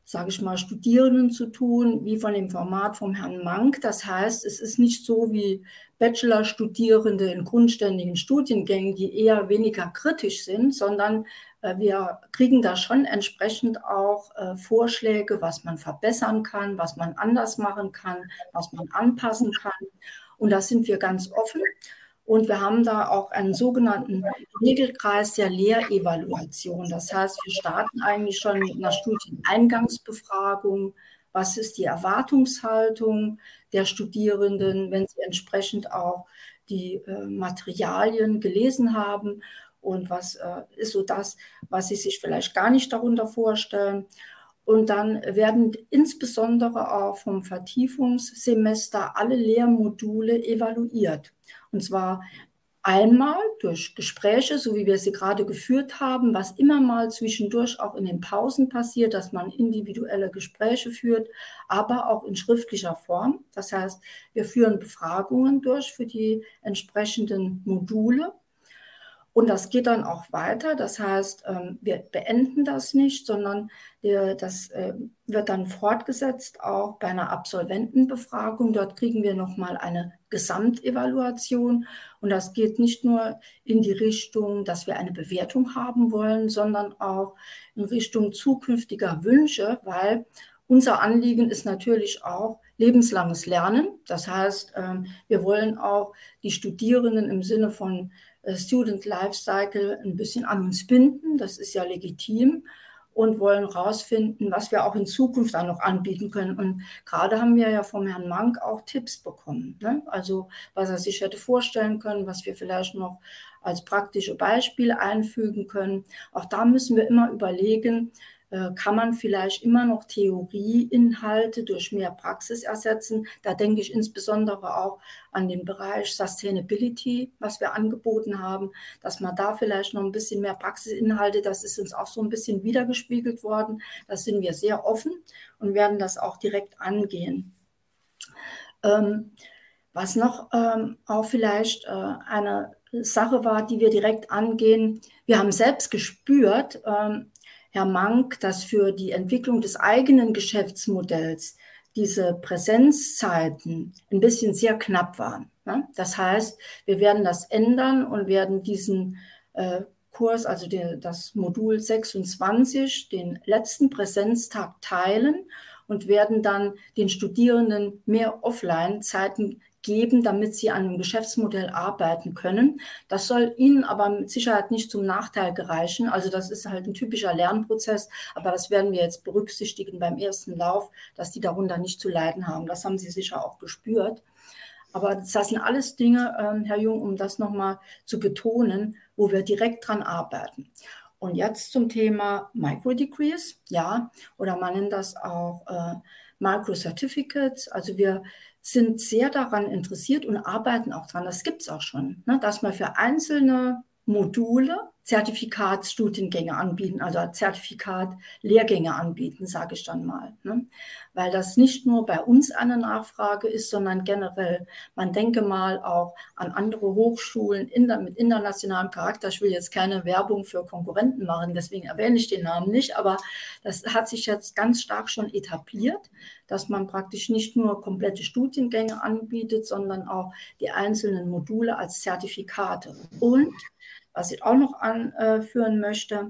sage ich mal, Studierenden zu tun, wie von dem Format vom Herrn Mank. Das heißt, es ist nicht so wie Bachelorstudierende in grundständigen Studiengängen, die eher weniger kritisch sind, sondern wir kriegen da schon entsprechend auch Vorschläge, was man verbessern kann, was man anders machen kann, was man anpassen kann. Und da sind wir ganz offen. Und wir haben da auch einen sogenannten Regelkreis der Lehrevaluation. Das heißt, wir starten eigentlich schon mit einer Studieneingangsbefragung. Was ist die Erwartungshaltung der Studierenden, wenn sie entsprechend auch die Materialien gelesen haben? Und was ist so das, was sie sich vielleicht gar nicht darunter vorstellen? Und dann werden insbesondere auch vom Vertiefungssemester alle Lehrmodule evaluiert. Und zwar einmal durch Gespräche, so wie wir sie gerade geführt haben, was immer mal zwischendurch auch in den Pausen passiert, dass man individuelle Gespräche führt, aber auch in schriftlicher Form. Das heißt, wir führen Befragungen durch für die entsprechenden Module. Und das geht dann auch weiter. Das heißt, wir beenden das nicht, sondern das wird dann fortgesetzt, auch bei einer Absolventenbefragung. Dort kriegen wir nochmal eine Gesamtevaluation. Und das geht nicht nur in die Richtung, dass wir eine Bewertung haben wollen, sondern auch in Richtung zukünftiger Wünsche, weil unser Anliegen ist natürlich auch lebenslanges Lernen. Das heißt, wir wollen auch die Studierenden im Sinne von Student Lifecycle ein bisschen an uns binden. Das ist ja legitim. Und wollen herausfinden, was wir auch in Zukunft dann noch anbieten können. Und gerade haben wir ja vom Herrn Mank auch Tipps bekommen. Ne? Also was er sich hätte vorstellen können, was wir vielleicht noch als praktische Beispiele einfügen können. Auch da müssen wir immer überlegen, kann man vielleicht immer noch Theorieinhalte durch mehr Praxis ersetzen. Da denke ich insbesondere auch an den Bereich Sustainability, was wir angeboten haben, dass man da vielleicht noch ein bisschen mehr Praxisinhalte, das ist uns auch so ein bisschen wiedergespiegelt worden. Da sind wir sehr offen und werden das auch direkt angehen. Was noch auch vielleicht eine Sache war, die wir direkt angehen, wir haben selbst gespürt, Herr Mank, dass für die Entwicklung des eigenen Geschäftsmodells diese Präsenzzeiten ein bisschen sehr knapp waren. Ne? Das heißt, wir werden das ändern und werden diesen Kurs, also das Modul 26, den letzten Präsenztag teilen und werden dann den Studierenden mehr Offline-Zeiten geben, damit sie an einem Geschäftsmodell arbeiten können. Das soll ihnen aber mit Sicherheit nicht zum Nachteil gereichen. Also das ist halt ein typischer Lernprozess, aber das werden wir jetzt berücksichtigen beim ersten Lauf, dass die darunter nicht zu leiden haben. Das haben sie sicher auch gespürt. Aber das sind alles Dinge, Herr Jung, um das nochmal zu betonen, wo wir direkt dran arbeiten. Und jetzt zum Thema Microdegrees, ja, oder man nennt das auch Micro-Certificates. Also wir sind sehr daran interessiert und arbeiten auch dran, das gibt es auch schon, ne, dass wir für einzelne Module Zertifikatsstudiengänge anbieten, also Zertifikatlehrgänge anbieten, sage ich dann mal. Ne? Weil das nicht nur bei uns eine Nachfrage ist, sondern generell, man denke mal auch an andere Hochschulen mit internationalem Charakter. Ich will jetzt keine Werbung für Konkurrenten machen, deswegen erwähne ich den Namen nicht, aber das hat sich jetzt ganz stark schon etabliert, dass man praktisch nicht nur komplette Studiengänge anbietet, sondern auch die einzelnen Module als Zertifikate. Und was ich auch noch anführen möchte,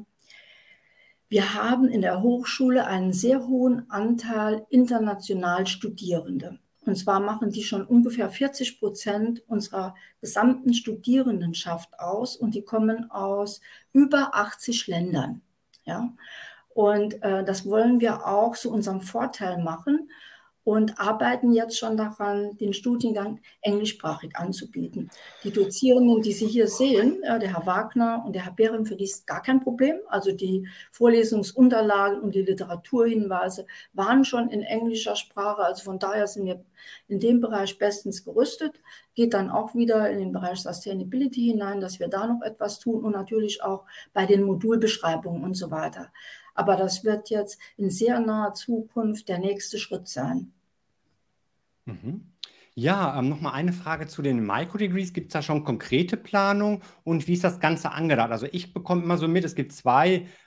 wir haben in der Hochschule einen sehr hohen Anteil international Studierende. Und zwar machen die schon ungefähr 40% unserer gesamten Studierendenschaft aus und die kommen aus über 80 Ländern. Ja? Und das wollen wir auch zu unserem Vorteil machen und arbeiten jetzt schon daran, den Studiengang englischsprachig anzubieten. Die Dozierenden, die Sie hier sehen, der Herr Wagner und der Herr Behrendt, für die ist gar kein Problem. Also die Vorlesungsunterlagen und die Literaturhinweise waren schon in englischer Sprache. Also von daher sind wir in dem Bereich bestens gerüstet. Geht dann auch wieder in den Bereich Sustainability hinein, dass wir da noch etwas tun und natürlich auch bei den Modulbeschreibungen und so weiter. Aber das wird jetzt in sehr naher Zukunft der nächste Schritt sein. Ja, nochmal eine Frage zu den Microdegrees. Gibt es da schon konkrete Planung und wie ist das Ganze angedacht? Also ich bekomme immer so mit, es gibt zwei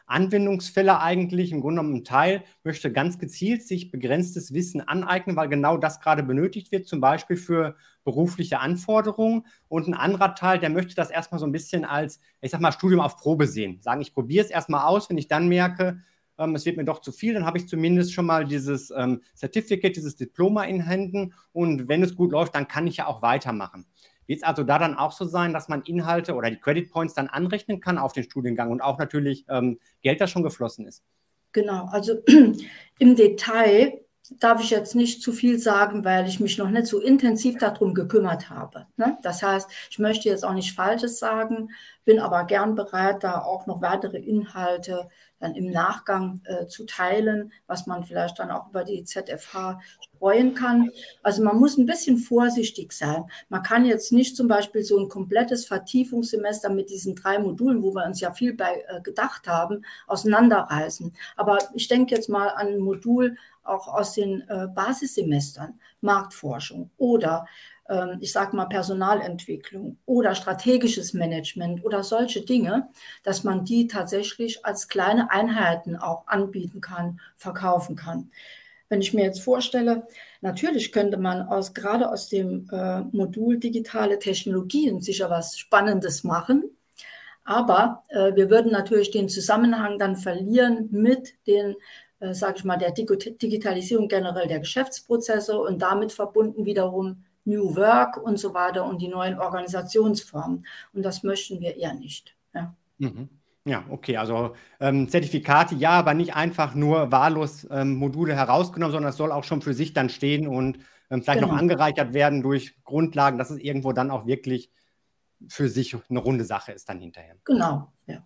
Anwendungsfälle eigentlich, im Grunde genommen ein Teil möchte ganz gezielt sich begrenztes Wissen aneignen, weil genau das gerade benötigt wird, zum Beispiel für berufliche Anforderungen. Und ein anderer Teil, der möchte das erstmal so ein bisschen als, ich sag mal, Studium auf Probe sehen. Sagen, ich probiere es erstmal aus, wenn ich dann merke, es wird mir doch zu viel, dann habe ich zumindest schon mal dieses Certificate, dieses Diploma in Händen. Und wenn es gut läuft, dann kann ich ja auch weitermachen. Wird es also da dann auch so sein, dass man Inhalte oder die Credit Points dann anrechnen kann auf den Studiengang und auch natürlich Geld, das schon geflossen ist? Genau, also im Detail darf ich jetzt nicht zu viel sagen, weil ich mich noch nicht so intensiv darum gekümmert habe. Ne? Das heißt, ich möchte jetzt auch nicht Falsches sagen, bin aber gern bereit, da auch noch weitere Inhalte dann im Nachgang zu teilen, was man vielleicht dann auch über die ZFH streuen kann. Also man muss ein bisschen vorsichtig sein. Man kann jetzt nicht zum Beispiel so ein komplettes Vertiefungssemester mit diesen 3 Modulen, wo wir uns ja viel bei gedacht haben, auseinanderreißen. Aber ich denke jetzt mal an ein Modul auch aus den Basissemestern, Marktforschung oder ich sage mal Personalentwicklung oder strategisches Management oder solche Dinge, dass man die tatsächlich als kleine Einheiten auch anbieten kann, verkaufen kann. Wenn ich mir jetzt vorstelle, natürlich könnte man gerade aus dem Modul digitale Technologien sicher was Spannendes machen, aber wir würden natürlich den Zusammenhang dann verlieren mit den sage ich mal, der Digitalisierung generell der Geschäftsprozesse und damit verbunden wiederum New Work und so weiter und die neuen Organisationsformen. Und das möchten wir eher nicht. Ja, Ja, okay, also Zertifikate ja, aber nicht einfach nur wahllos Module herausgenommen, sondern es soll auch schon für sich dann stehen und vielleicht noch angereichert werden durch Grundlagen, dass es irgendwo dann auch wirklich für sich eine runde Sache ist dann hinterher. Genau, ja.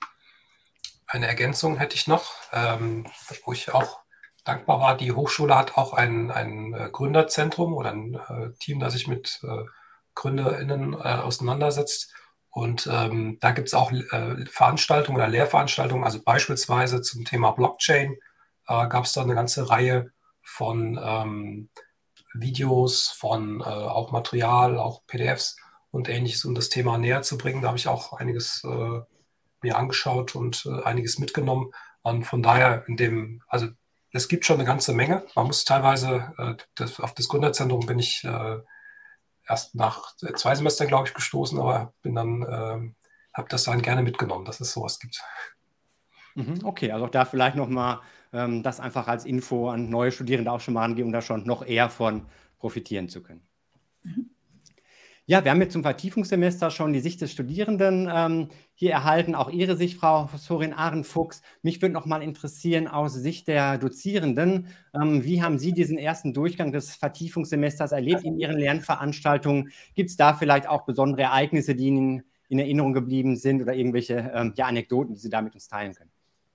Eine Ergänzung hätte ich noch, wo ich auch dankbar war. Die Hochschule hat auch ein Gründerzentrum oder ein Team, das sich mit GründerInnen auseinandersetzt. Und da gibt es auch Veranstaltungen oder Lehrveranstaltungen, also beispielsweise zum Thema Blockchain gab es da eine ganze Reihe von Videos, von auch Material, auch PDFs und Ähnliches, um das Thema näher zu bringen. Da habe ich auch einiges mir angeschaut und einiges mitgenommen. Und von daher, also es gibt schon eine ganze Menge. Man muss teilweise, auf das Gründerzentrum bin ich erst nach 2 Semestern, glaube ich, gestoßen, aber habe das dann gerne mitgenommen, dass es sowas gibt. Okay, also auch da vielleicht nochmal das einfach als Info an neue Studierende auch schon mal angeben, um da schon noch eher von profitieren zu können. Ja, wir haben jetzt zum Vertiefungssemester schon die Sicht des Studierenden hier erhalten, auch Ihre Sicht, Frau Professorin Ahren-Fuchs. Mich würde noch mal interessieren, aus Sicht der Dozierenden, wie haben Sie diesen ersten Durchgang des Vertiefungssemesters erlebt in Ihren Lernveranstaltungen? Gibt es da vielleicht auch besondere Ereignisse, die Ihnen in Erinnerung geblieben sind oder irgendwelche Anekdoten, die Sie da mit uns teilen können?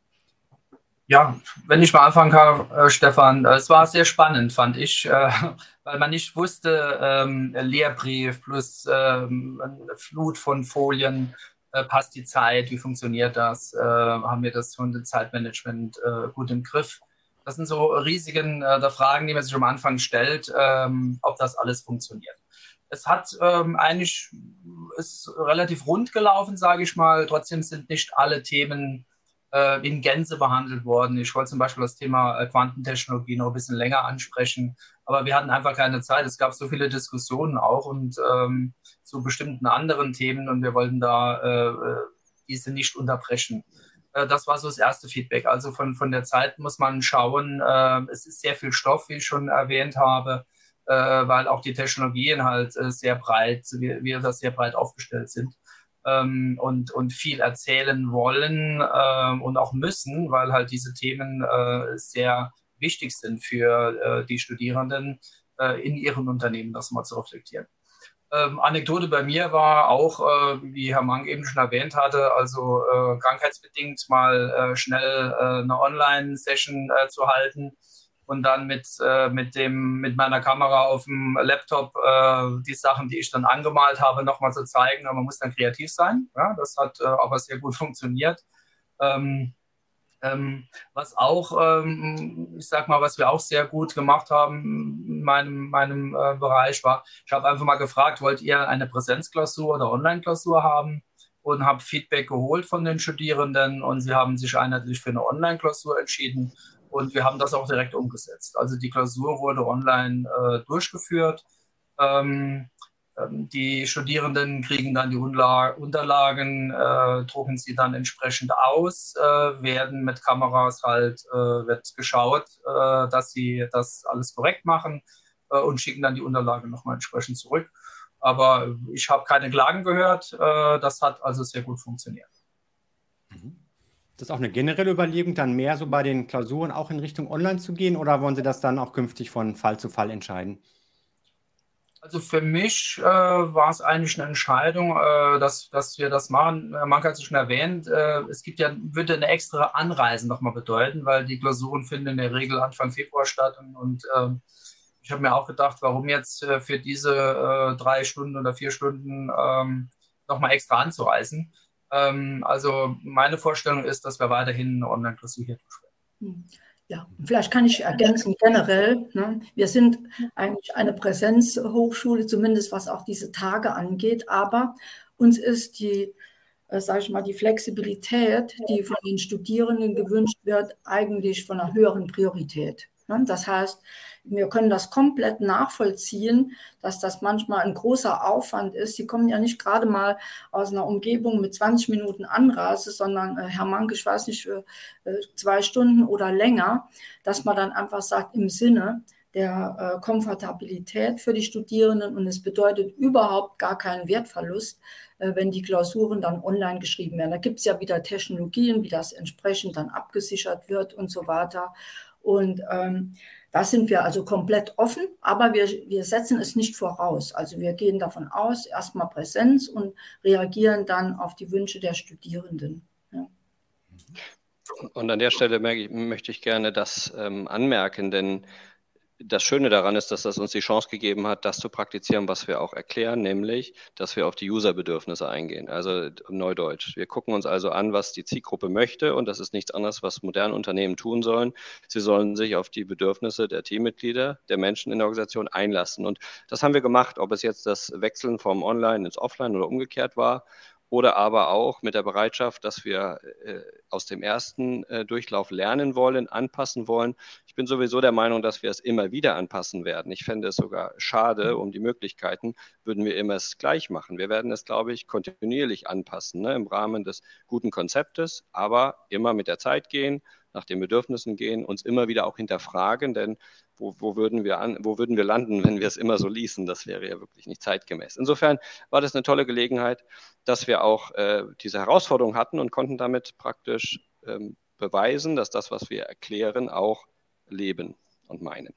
Ja, wenn ich mal anfangen kann, Stefan, es war sehr spannend, fand ich, weil man nicht wusste, Lehrbrief plus eine Flut von Folien, passt die Zeit, wie funktioniert das, haben wir das von dem Zeitmanagement gut im Griff. Das sind so riesigen Fragen, die man sich am Anfang stellt, ob das alles funktioniert. Es hat eigentlich ist relativ rund gelaufen, sage ich mal, trotzdem sind nicht alle Themen in Gänze behandelt worden. Ich wollte zum Beispiel das Thema Quantentechnologie noch ein bisschen länger ansprechen, aber wir hatten einfach keine Zeit. Es gab so viele Diskussionen auch und zu bestimmten anderen Themen und wir wollten da diese nicht unterbrechen. Das war so das erste Feedback. Also von der Zeit muss man schauen. Es ist sehr viel Stoff, wie ich schon erwähnt habe, weil auch die Technologien halt sehr breit, wir das sehr breit aufgestellt sind. Und viel erzählen wollen und auch müssen, weil halt diese Themen sehr wichtig sind für die Studierenden in ihren Unternehmen, das mal zu reflektieren. Anekdote bei mir war auch, wie Herr Mank eben schon erwähnt hatte, also krankheitsbedingt mal schnell eine Online-Session zu halten und dann mit meiner Kamera auf dem Laptop die Sachen, die ich dann angemalt habe, nochmal zu zeigen. Aber man muss dann kreativ sein. Ja, das hat aber sehr gut funktioniert. Was auch, ich sag mal, was wir auch sehr gut gemacht haben in meinem Bereich war, ich habe einfach mal gefragt, wollt ihr eine Präsenzklausur oder Online-Klausur haben? und habe Feedback geholt von den Studierenden und sie haben sich einheitlich für eine Online-Klausur entschieden und wir haben das auch direkt umgesetzt. Also die Klausur wurde online durchgeführt. Die Studierenden kriegen dann die Unterlagen, drucken sie dann entsprechend aus, werden mit Kameras wird geschaut, dass sie das alles korrekt machen und schicken dann die Unterlagen nochmal entsprechend zurück. Aber ich habe keine Klagen gehört. Das hat also sehr gut funktioniert. Das ist auch eine generelle Überlegung, dann mehr so bei den Klausuren auch in Richtung Online zu gehen, oder wollen Sie das dann auch künftig von Fall zu Fall entscheiden? Also für mich war es eigentlich eine Entscheidung, dass wir das machen. Man hat es schon erwähnt, würde eine extra Anreise nochmal bedeuten, weil die Klausuren finden in der Regel Anfang Februar statt und ich habe mir auch gedacht, warum jetzt für diese 3 Stunden oder 4 Stunden nochmal extra anzureisen. Also meine Vorstellung ist, dass wir weiterhin eine Online-Klausur hier durchführen. Ja, vielleicht kann ich ergänzen, generell, ne, wir sind eigentlich eine Präsenzhochschule, zumindest was auch diese Tage angeht, aber uns ist die Flexibilität, die von den Studierenden gewünscht wird, eigentlich von einer höheren Priorität. Das heißt, wir können das komplett nachvollziehen, dass das manchmal ein großer Aufwand ist. Sie kommen ja nicht gerade mal aus einer Umgebung mit 20 Minuten Anreise, sondern, Herr Mank, ich weiß nicht, 2 Stunden oder länger, dass man dann einfach sagt, im Sinne der Komfortabilität für die Studierenden, und es bedeutet überhaupt gar keinen Wertverlust, wenn die Klausuren dann online geschrieben werden. Da gibt es ja wieder Technologien, wie das entsprechend dann abgesichert wird und so weiter. Und da sind wir also komplett offen, aber wir setzen es nicht voraus. Also wir gehen davon aus, erstmal Präsenz und reagieren dann auf die Wünsche der Studierenden. Ja. Und an der Stelle möchte ich gerne das anmerken, denn das Schöne daran ist, dass das uns die Chance gegeben hat, das zu praktizieren, was wir auch erklären, nämlich, dass wir auf die Userbedürfnisse eingehen, also Neudeutsch. Wir gucken uns also an, was die Zielgruppe möchte, und das ist nichts anderes, was moderne Unternehmen tun sollen. Sie sollen sich auf die Bedürfnisse der Teammitglieder, der Menschen in der Organisation einlassen. Und das haben wir gemacht, ob es jetzt das Wechseln vom Online ins Offline oder umgekehrt war, oder aber auch mit der Bereitschaft, dass wir aus dem ersten Durchlauf lernen wollen, anpassen wollen. Ich bin sowieso der Meinung, dass wir es immer wieder anpassen werden. Ich fände es sogar schade, um die Möglichkeiten, würden wir immer es gleich machen. Wir werden es, glaube ich, kontinuierlich anpassen, ne, im Rahmen des guten Konzeptes, aber immer mit der Zeit gehen, nach den Bedürfnissen gehen, uns immer wieder auch hinterfragen, denn wo würden wir landen, wenn wir es immer so ließen? Das wäre ja wirklich nicht zeitgemäß. Insofern war das eine tolle Gelegenheit, dass wir auch diese Herausforderung hatten und konnten damit praktisch beweisen, dass das, was wir erklären, auch leben und meinen.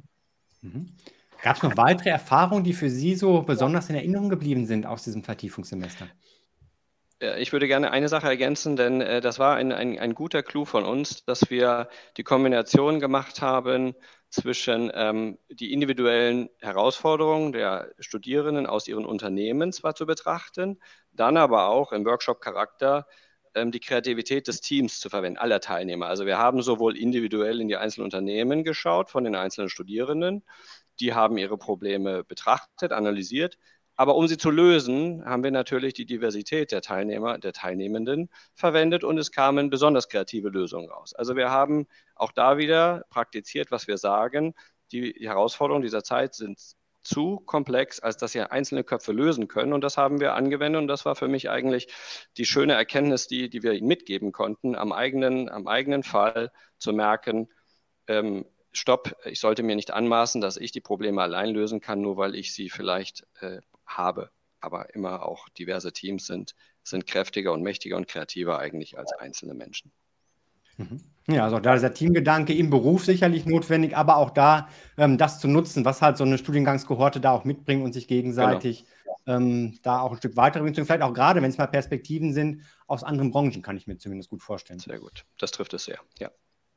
Gab es noch weitere Erfahrungen, die für Sie so besonders in Erinnerung geblieben sind aus diesem Vertiefungssemester? Ich würde gerne eine Sache ergänzen, denn das war ein guter Clou von uns, dass wir die Kombination gemacht haben zwischen die individuellen Herausforderungen der Studierenden aus ihren Unternehmen zwar zu betrachten, dann aber auch im Workshop-Charakter die Kreativität des Teams zu verwenden, aller Teilnehmer. Also wir haben sowohl individuell in die einzelnen Unternehmen geschaut von den einzelnen Studierenden, die haben ihre Probleme betrachtet, analysiert, aber um sie zu lösen, haben wir natürlich die Diversität der Teilnehmer, der Teilnehmenden verwendet, und es kamen besonders kreative Lösungen raus. Also wir haben auch da wieder praktiziert, was wir sagen. Die Herausforderungen dieser Zeit sind zu komplex, als dass sie einzelne Köpfe lösen können, und das haben wir angewendet, und das war für mich eigentlich die schöne Erkenntnis, die wir ihnen mitgeben konnten, am eigenen Fall zu merken, stopp, ich sollte mir nicht anmaßen, dass ich die Probleme allein lösen kann, nur weil ich sie vielleicht habe. Aber immer auch diverse Teams sind kräftiger und mächtiger und kreativer eigentlich als einzelne Menschen. Ja, also da ist der Teamgedanke im Beruf sicherlich notwendig, aber auch da das zu nutzen, was halt so eine Studiengangskohorte da auch mitbringt und sich gegenseitig da auch ein Stück weiterbringt. Vielleicht auch gerade, wenn es mal Perspektiven sind aus anderen Branchen, kann ich mir zumindest gut vorstellen. Sehr gut, das trifft es sehr, ja.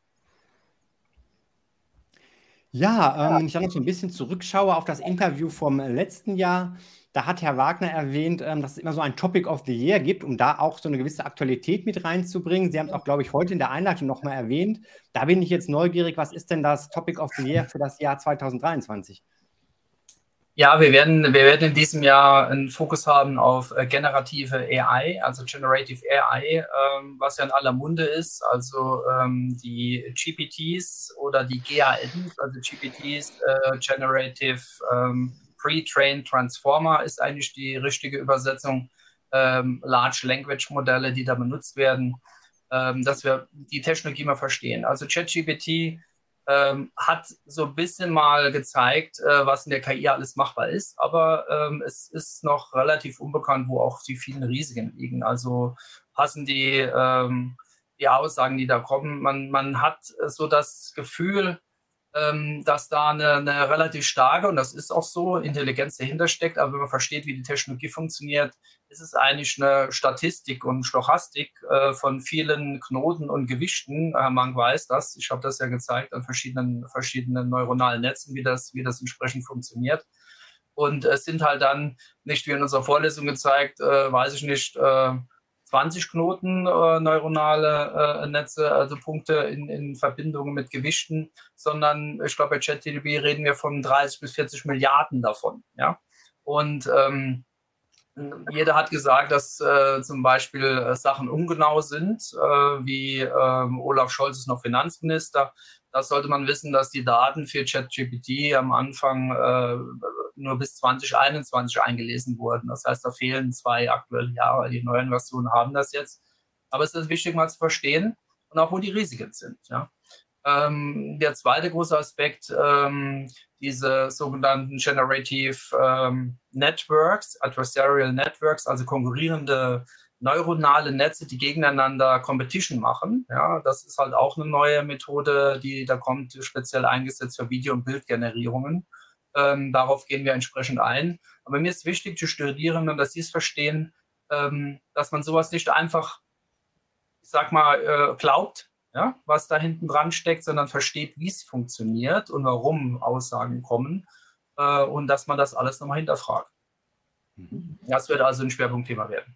Ja, wenn ich dann noch so ein bisschen zurückschaue auf das Interview vom letzten Jahr, da hat Herr Wagner erwähnt, dass es immer so ein Topic of the Year gibt, um da auch so eine gewisse Aktualität mit reinzubringen. Sie haben es auch, glaube ich, heute in der Einleitung nochmal erwähnt. Da bin ich jetzt neugierig, was ist denn das Topic of the Year für das Jahr 2023? Ja, wir werden in diesem Jahr einen Fokus haben auf generative AI, also Generative AI, was ja in aller Munde ist. Also die GPTs oder die GANs, also GPTs, Generative Pre-Trained Transformer ist eigentlich die richtige Übersetzung. Large Language Modelle, die da benutzt werden, dass wir die Technologie mal verstehen. Also ChatGPT hat so ein bisschen mal gezeigt, was in der KI alles machbar ist, aber es ist noch relativ unbekannt, wo auch die vielen Risiken liegen. Also passen die Aussagen, die da kommen. Man hat so das Gefühl, dass da eine relativ starke, und das ist auch so, Intelligenz dahinter steckt, aber wenn man versteht, wie die Technologie funktioniert, ist es eigentlich eine Statistik und Stochastik von vielen Knoten und Gewichten. Man weiß das, ich habe das ja gezeigt an verschiedenen neuronalen Netzen, wie das entsprechend funktioniert. Und es sind halt dann nicht, wie in unserer Vorlesung gezeigt, weiß ich nicht, 20 Knoten neuronale Netze, also Punkte in Verbindungen mit Gewichten, sondern ich glaube, bei ChatGPT reden wir von 30 bis 40 Milliarden davon. Ja? Und jeder hat gesagt, dass zum Beispiel Sachen ungenau sind, wie Olaf Scholz ist noch Finanzminister. Da sollte man wissen, dass die Daten für ChatGPT am Anfang nur bis 2021 eingelesen wurden. Das heißt, da fehlen 2 aktuelle Jahre. Die neuen Versionen haben das jetzt. Aber es ist wichtig, mal zu verstehen und auch, wo die Risiken sind. Ja? Der zweite große Aspekt, diese sogenannten Generative Networks, Adversarial Networks, also konkurrierende neuronale Netze, die gegeneinander Competition machen. Ja, das ist halt auch eine neue Methode, die da kommt, speziell eingesetzt für Video- und Bildgenerierungen. Darauf gehen wir entsprechend ein. Aber mir ist wichtig, die Studierenden, dass sie es verstehen, dass man sowas nicht einfach, ich sag mal, glaubt, ja, was da hinten dran steckt, sondern versteht, wie es funktioniert und warum Aussagen kommen und dass man das alles nochmal hinterfragt. Das wird also ein Schwerpunktthema werden.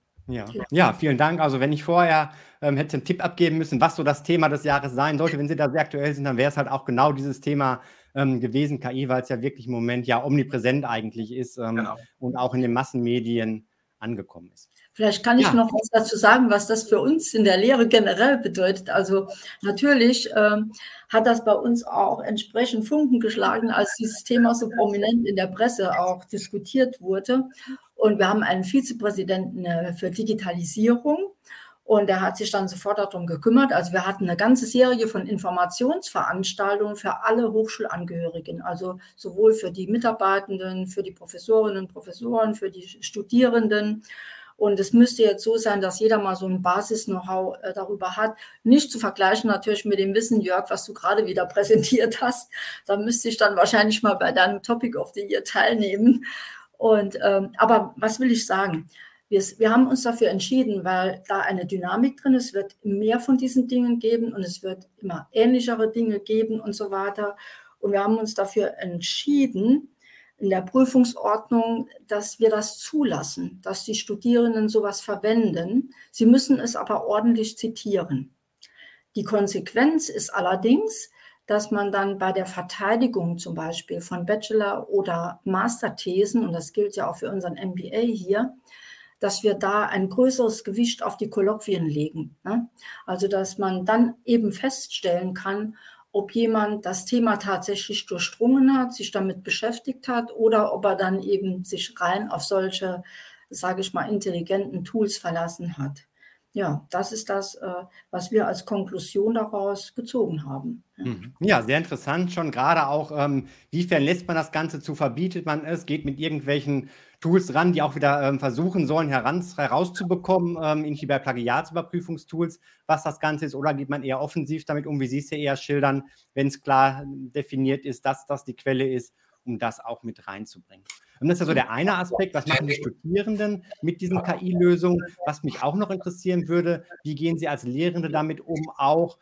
Ja, vielen Dank. Also wenn ich vorher hätte einen Tipp abgeben müssen, was so das Thema des Jahres sein sollte, wenn Sie da sehr aktuell sind, dann wäre es halt auch genau dieses Thema gewesen, KI, weil es ja wirklich im Moment ja omnipräsent eigentlich ist Genau. und auch in den Massenmedien angekommen ist. Vielleicht kann ich noch was dazu sagen, was das für uns in der Lehre generell bedeutet. Also natürlich hat das bei uns auch entsprechend Funken geschlagen, als dieses Thema so prominent in der Presse auch diskutiert wurde. Und wir haben einen Vizepräsidenten für Digitalisierung und der hat sich dann sofort darum gekümmert. Also wir hatten eine ganze Serie von Informationsveranstaltungen für alle Hochschulangehörigen, also sowohl für die Mitarbeitenden, für die Professorinnen und Professoren, für die Studierenden. Und es müsste jetzt so sein, dass jeder mal so ein Basis-Know-how darüber hat. Nicht zu vergleichen natürlich mit dem Wissen, Jörg, was du gerade wieder präsentiert hast. Da müsste ich dann wahrscheinlich mal bei deinem Topic of the Year teilnehmen. Und, aber was will ich sagen? Wir haben uns dafür entschieden, weil da eine Dynamik drin ist. Es wird mehr von diesen Dingen geben und es wird immer ähnlichere Dinge geben und so weiter. Und wir haben uns dafür entschieden, in der Prüfungsordnung, dass wir das zulassen, dass die Studierenden sowas verwenden. Sie müssen es aber ordentlich zitieren. Die Konsequenz ist allerdings, dass man dann bei der Verteidigung zum Beispiel von Bachelor- oder Masterthesen, und das gilt ja auch für unseren MBA hier, dass wir da ein größeres Gewicht auf die Kolloquien legen. Also dass man dann eben feststellen kann, ob jemand das Thema tatsächlich durchdrungen hat, sich damit beschäftigt hat oder ob er dann eben sich rein auf solche, sage ich mal, intelligenten Tools verlassen hat. Ja, das ist das, was wir als Konklusion daraus gezogen haben. Ja, sehr interessant schon, gerade auch, wie verlässt man das Ganze zu, verbietet man es, geht mit irgendwelchen Tools ran, die auch wieder versuchen sollen, herauszubekommen, ähnlich wie bei Plagiatsüberprüfungstools, was das Ganze ist, oder geht man eher offensiv damit um, wie Sie es ja eher schildern, wenn es klar definiert ist, dass das die Quelle ist, um das auch mit reinzubringen. Und das ist ja so der eine Aspekt, was machen die Studierenden mit diesen KI-Lösungen? Was mich auch noch interessieren würde, wie gehen Sie als Lehrende damit um, auch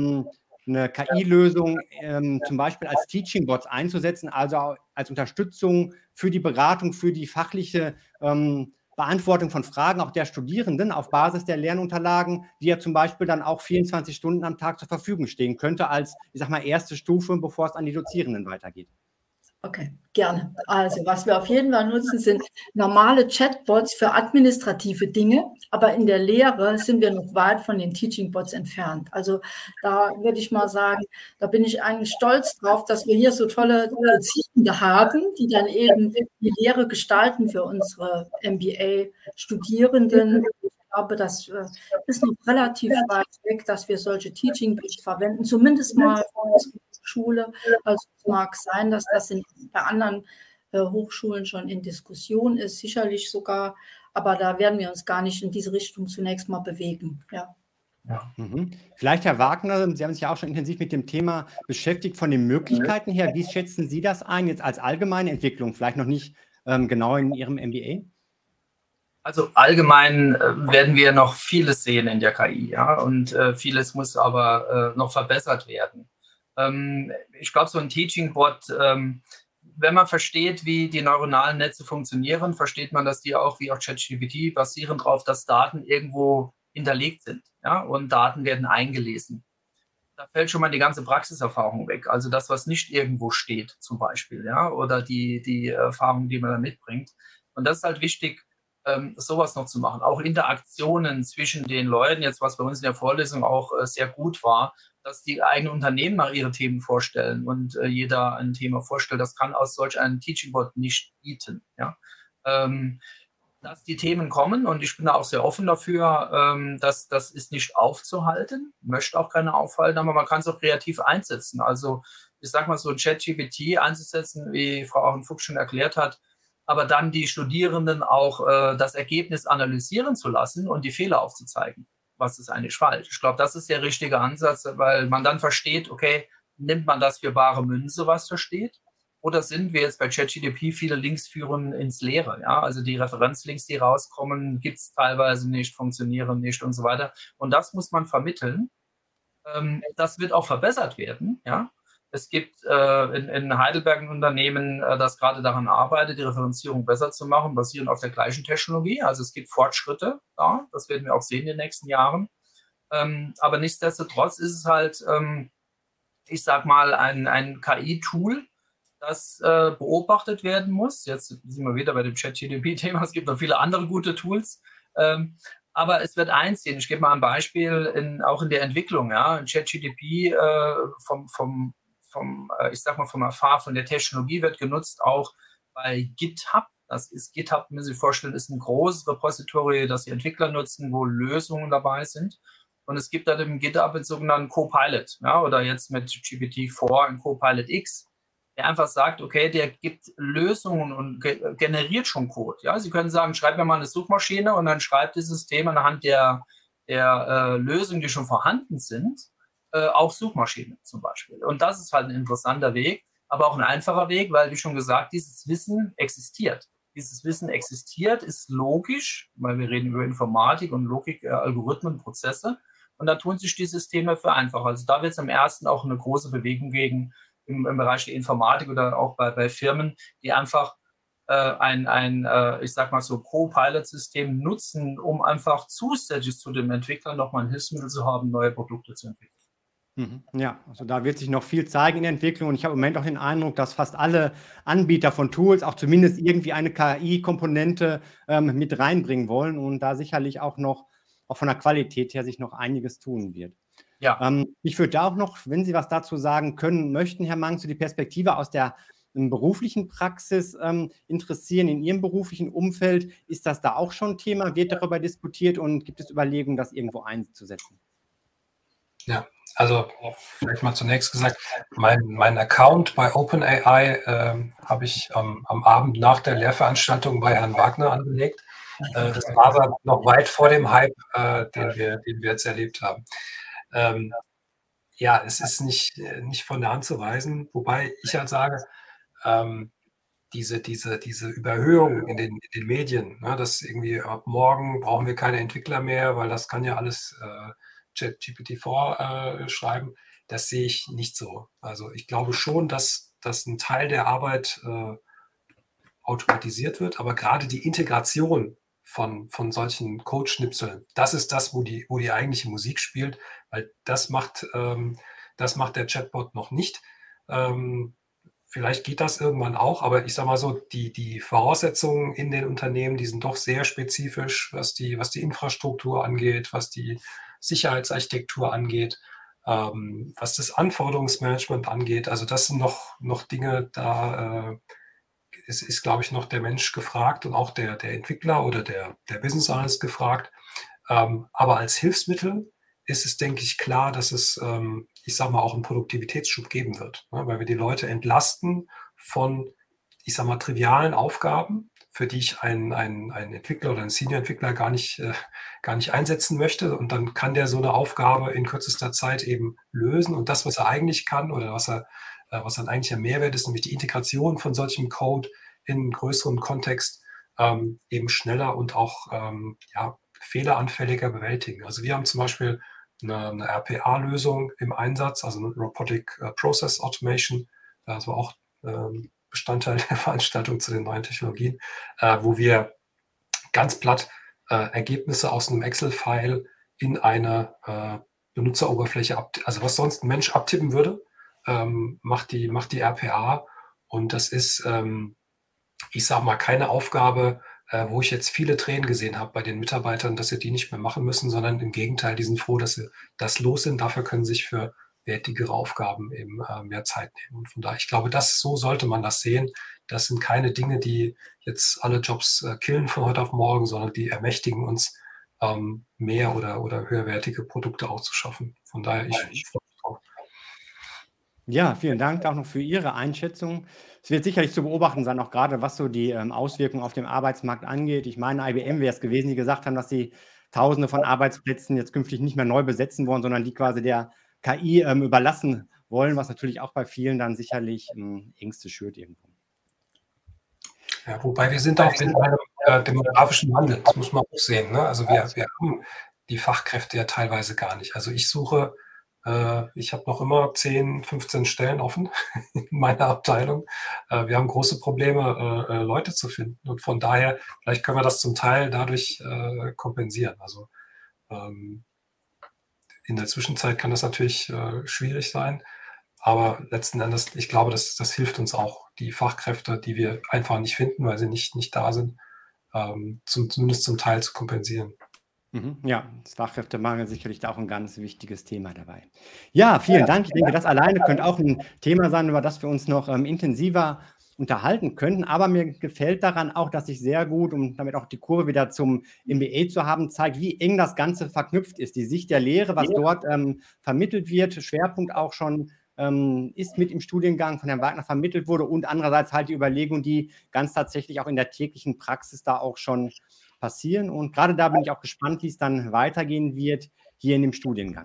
eine KI-Lösung zum Beispiel als Teaching-Bots einzusetzen, also als Unterstützung für die Beratung, für die fachliche Beantwortung von Fragen auch der Studierenden auf Basis der Lernunterlagen, die ja zum Beispiel dann auch 24 Stunden am Tag zur Verfügung stehen könnte als, ich sag mal, erste Stufe, bevor es an die Dozierenden weitergeht. Okay, gerne. Also, was wir auf jeden Fall nutzen, sind normale Chatbots für administrative Dinge, aber in der Lehre sind wir noch weit von den Teaching-Bots entfernt. Also, da würde ich mal sagen, da bin ich eigentlich stolz drauf, dass wir hier so tolle Dozierende haben, die dann eben die Lehre gestalten für unsere MBA-Studierenden. Ich glaube, das ist noch relativ weit weg, dass wir solche Teaching-Bots verwenden, zumindest mal für unsere Schule. Also es mag sein, dass das bei anderen Hochschulen schon in Diskussion ist, sicherlich sogar, aber da werden wir uns gar nicht in diese Richtung zunächst mal bewegen. Ja. Ja. Vielleicht, Herr Wagner, Sie haben sich ja auch schon intensiv mit dem Thema beschäftigt, von den Möglichkeiten her. Wie schätzen Sie das ein, jetzt als allgemeine Entwicklung, vielleicht noch nicht genau in Ihrem MBA? Also allgemein werden wir noch vieles sehen in der KI, ja, und vieles muss aber noch verbessert werden. Ich glaube, so ein Teaching-Bot, wenn man versteht, wie die neuronalen Netze funktionieren, versteht man, dass die auch, wie auch ChatGPT, basieren darauf, dass Daten irgendwo hinterlegt sind, ja, und Daten werden eingelesen. Da fällt schon mal die ganze Praxiserfahrung weg. Also das, was nicht irgendwo steht, zum Beispiel, ja, oder die Erfahrung, die man da mitbringt. Und das ist halt wichtig, sowas noch zu machen. Auch Interaktionen zwischen den Leuten, jetzt was bei uns in der Vorlesung auch sehr gut war, dass die eigenen Unternehmen mal ihre Themen vorstellen und jeder ein Thema vorstellt. Das kann aus solch einem Teaching-Bot nicht bieten. Ja? Dass die Themen kommen und ich bin da auch sehr offen dafür, das ist nicht aufzuhalten, möchte auch keiner aufhalten, aber man kann es auch kreativ einsetzen. Also ich sage mal so, ChatGPT einzusetzen, wie Frau Auchen-Fuchs schon erklärt hat, aber dann die Studierenden auch das Ergebnis analysieren zu lassen und die Fehler aufzuzeigen. Was ist eigentlich falsch? Ich glaube, das ist der richtige Ansatz, weil man dann versteht, okay, nimmt man das für bare Münze, was da steht? Oder sind wir jetzt bei ChatGPT, viele Links führen ins Leere? Ja? Also die Referenzlinks, die rauskommen, gibt es teilweise nicht, funktionieren nicht und so weiter. Und das muss man vermitteln. Das wird auch verbessert werden. Ja? Es gibt in Heidelberg ein Unternehmen, das gerade daran arbeitet, die Referenzierung besser zu machen, basierend auf der gleichen Technologie. Also es gibt Fortschritte da, das werden wir auch sehen in den nächsten Jahren. Aber nichtsdestotrotz ist es halt, ich sag mal, ein KI-Tool, das beobachtet werden muss. Jetzt sind wir wieder bei dem ChatGPT-Thema. Es gibt noch viele andere gute Tools. Aber es wird eins sehen. Ich gebe mal ein Beispiel, auch in der Entwicklung. Ja, ChatGPT ich sag mal, vom Erfahren von der Technologie wird genutzt auch bei GitHub. Das ist GitHub, müssen Sie sich vorstellen, ist ein großes Repository, das die Entwickler nutzen, wo Lösungen dabei sind. Und es gibt dann im GitHub einen sogenannten Copilot, ja, oder jetzt mit GPT-4 ein Copilot X, der einfach sagt, okay, der gibt Lösungen und generiert schon Code. Ja, Sie können sagen, schreib mir mal eine Suchmaschine und dann schreibt das System anhand der Lösungen, die schon vorhanden sind, auch Suchmaschine zum Beispiel. Und das ist halt ein interessanter Weg, aber auch ein einfacher Weg, weil, wie schon gesagt, dieses Wissen existiert. Dieses Wissen existiert, ist logisch, weil wir reden über Informatik und Logik, Algorithmen, Prozesse. Und da tun sich die Systeme für einfach. Also da wird es am ersten auch eine große Bewegung gegen im Bereich der Informatik oder auch bei Firmen, die einfach ich sag mal so, Co-Pilot-System nutzen, um einfach zusätzlich zu dem Entwickler nochmal ein Hilfsmittel zu haben, neue Produkte zu entwickeln. Ja, also da wird sich noch viel zeigen in der Entwicklung und ich habe im Moment auch den Eindruck, dass fast alle Anbieter von Tools auch zumindest irgendwie eine KI-Komponente mit reinbringen wollen und da sicherlich auch von der Qualität her sich noch einiges tun wird. Ja. Ich würde da auch noch, wenn Sie was dazu sagen können, möchten, Herr Mang, zu die Perspektive aus der beruflichen Praxis interessieren, in Ihrem beruflichen Umfeld. Ist das da auch schon Thema? Wird darüber diskutiert und gibt es Überlegungen, das irgendwo einzusetzen? Ja, also vielleicht mal zunächst gesagt, mein Account bei OpenAI habe ich am Abend nach der Lehrveranstaltung bei Herrn Wagner angelegt. Das war aber noch weit vor dem Hype, den wir jetzt erlebt haben. Ja, es ist nicht von der Hand zu weisen, wobei ich halt sage, diese Überhöhung in den Medien, ne, dass irgendwie ab morgen brauchen wir keine Entwickler mehr, weil das kann ja alles GPT-4 schreiben, das sehe ich nicht so. Also ich glaube schon, dass ein Teil der Arbeit automatisiert wird, aber gerade die Integration von solchen Code-Schnipseln, das ist das, wo die eigentliche Musik spielt, weil das macht der Chatbot noch nicht. vielleicht geht das irgendwann auch, aber ich sage mal so, die Voraussetzungen in den Unternehmen, die sind doch sehr spezifisch, was die Infrastruktur angeht, was die Sicherheitsarchitektur angeht, was das Anforderungsmanagement angeht. Also das sind noch Dinge, da ist, glaube ich, noch der Mensch gefragt und auch der Entwickler oder der Business Analyst gefragt. Aber als Hilfsmittel ist es, denke ich, klar, dass es, ich sage mal, auch einen Produktivitätsschub geben wird, ne? Weil wir die Leute entlasten von, ich sage mal, trivialen Aufgaben, für die ich einen Entwickler oder einen Senior-Entwickler gar nicht einsetzen möchte. Und dann kann der so eine Aufgabe in kürzester Zeit eben lösen. Und das, was er eigentlich kann oder was dann eigentlich ein Mehrwert ist, nämlich die Integration von solchem Code in einen größeren Kontext, eben schneller und auch fehleranfälliger bewältigen. Also wir haben zum Beispiel eine RPA-Lösung im Einsatz, also eine Robotic Process Automation, also auch Bestandteil der Veranstaltung zu den neuen Technologien, wo wir ganz platt Ergebnisse aus einem Excel-File in eine Benutzeroberfläche, also was sonst ein Mensch abtippen würde, macht die RPA, und das ist, ich sage mal, keine Aufgabe, wo ich jetzt viele Tränen gesehen habe bei den Mitarbeitern, dass sie die nicht mehr machen müssen, sondern im Gegenteil, die sind froh, dass sie das los sind. Dafür können sie sich für wertigere Aufgaben eben mehr Zeit nehmen. Und von daher, ich glaube, so sollte man das sehen. Das sind keine Dinge, die jetzt alle Jobs killen von heute auf morgen, sondern die ermächtigen uns, mehr oder höherwertige Produkte auch zu schaffen. Von daher, ich freue mich drauf. Ja, vielen Dank auch noch für Ihre Einschätzung. Es wird sicherlich zu beobachten sein, auch gerade was so die Auswirkungen auf den Arbeitsmarkt angeht. Ich meine, IBM wäre es gewesen, die gesagt haben, dass sie Tausende von Arbeitsplätzen jetzt künftig nicht mehr neu besetzen wollen, sondern die quasi der KI überlassen wollen, was natürlich auch bei vielen dann sicherlich Ängste schürt irgendwo. Ja, wobei wir sind auch in einem demografischen Wandel, das muss man auch sehen, ne? Also wir haben die Fachkräfte ja teilweise gar nicht. Also ich habe noch immer 10, 15 Stellen offen in meiner Abteilung. Wir haben große Probleme, Leute zu finden. Und von daher, vielleicht können wir das zum Teil dadurch kompensieren. Also in der Zwischenzeit kann das natürlich schwierig sein. Aber letzten Endes, ich glaube, das hilft uns auch, die Fachkräfte, die wir einfach nicht finden, weil sie nicht da sind, zumindest zum Teil zu kompensieren. Ja, das Fachkräftemangel ist sicherlich auch ein ganz wichtiges Thema dabei. Ja, vielen Dank. Ich denke, das alleine könnte auch ein Thema sein, über das wir uns noch intensiver unterhalten könnten. Aber mir gefällt daran auch, dass sich sehr gut, um damit auch die Kurve wieder zum MBA zu haben, zeigt, wie eng das Ganze verknüpft ist. Die Sicht der Lehre, was dort vermittelt wird, Schwerpunkt auch schon ist mit im Studiengang von Herrn Wagner vermittelt wurde, und andererseits halt die Überlegung, die ganz tatsächlich auch in der täglichen Praxis da auch schon passieren. Und gerade da bin ich auch gespannt, wie es dann weitergehen wird hier in dem Studiengang.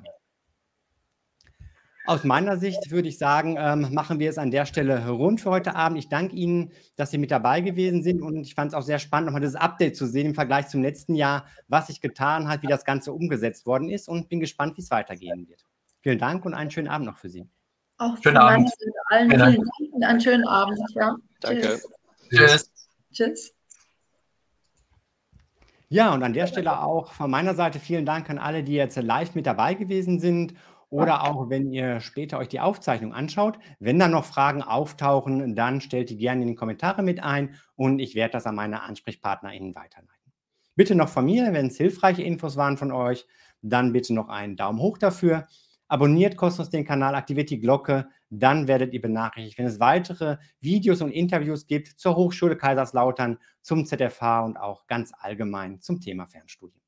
Aus meiner Sicht würde ich sagen, machen wir es an der Stelle rund für heute Abend. Ich danke Ihnen, dass Sie mit dabei gewesen sind, und ich fand es auch sehr spannend, nochmal das Update zu sehen im Vergleich zum letzten Jahr, was sich getan hat, wie das Ganze umgesetzt worden ist, und bin gespannt, wie es weitergehen wird. Vielen Dank und einen schönen Abend noch für Sie. Auch Schönen Abend. Allen vielen Dank und einen schönen Abend. Ja. Danke. Tschüss. Tschüss. Ja, und an der Stelle auch von meiner Seite vielen Dank an alle, die jetzt live mit dabei gewesen sind, oder auch, wenn ihr später euch die Aufzeichnung anschaut. Wenn da noch Fragen auftauchen, dann stellt die gerne in die Kommentare mit ein, und ich werde das an meine AnsprechpartnerInnen weiterleiten. Bitte noch von mir, wenn es hilfreiche Infos waren von euch, dann bitte noch einen Daumen hoch dafür. Abonniert kostenlos den Kanal, aktiviert die Glocke, dann werdet ihr benachrichtigt, wenn es weitere Videos und Interviews gibt zur Hochschule Kaiserslautern, zum ZFH und auch ganz allgemein zum Thema Fernstudium.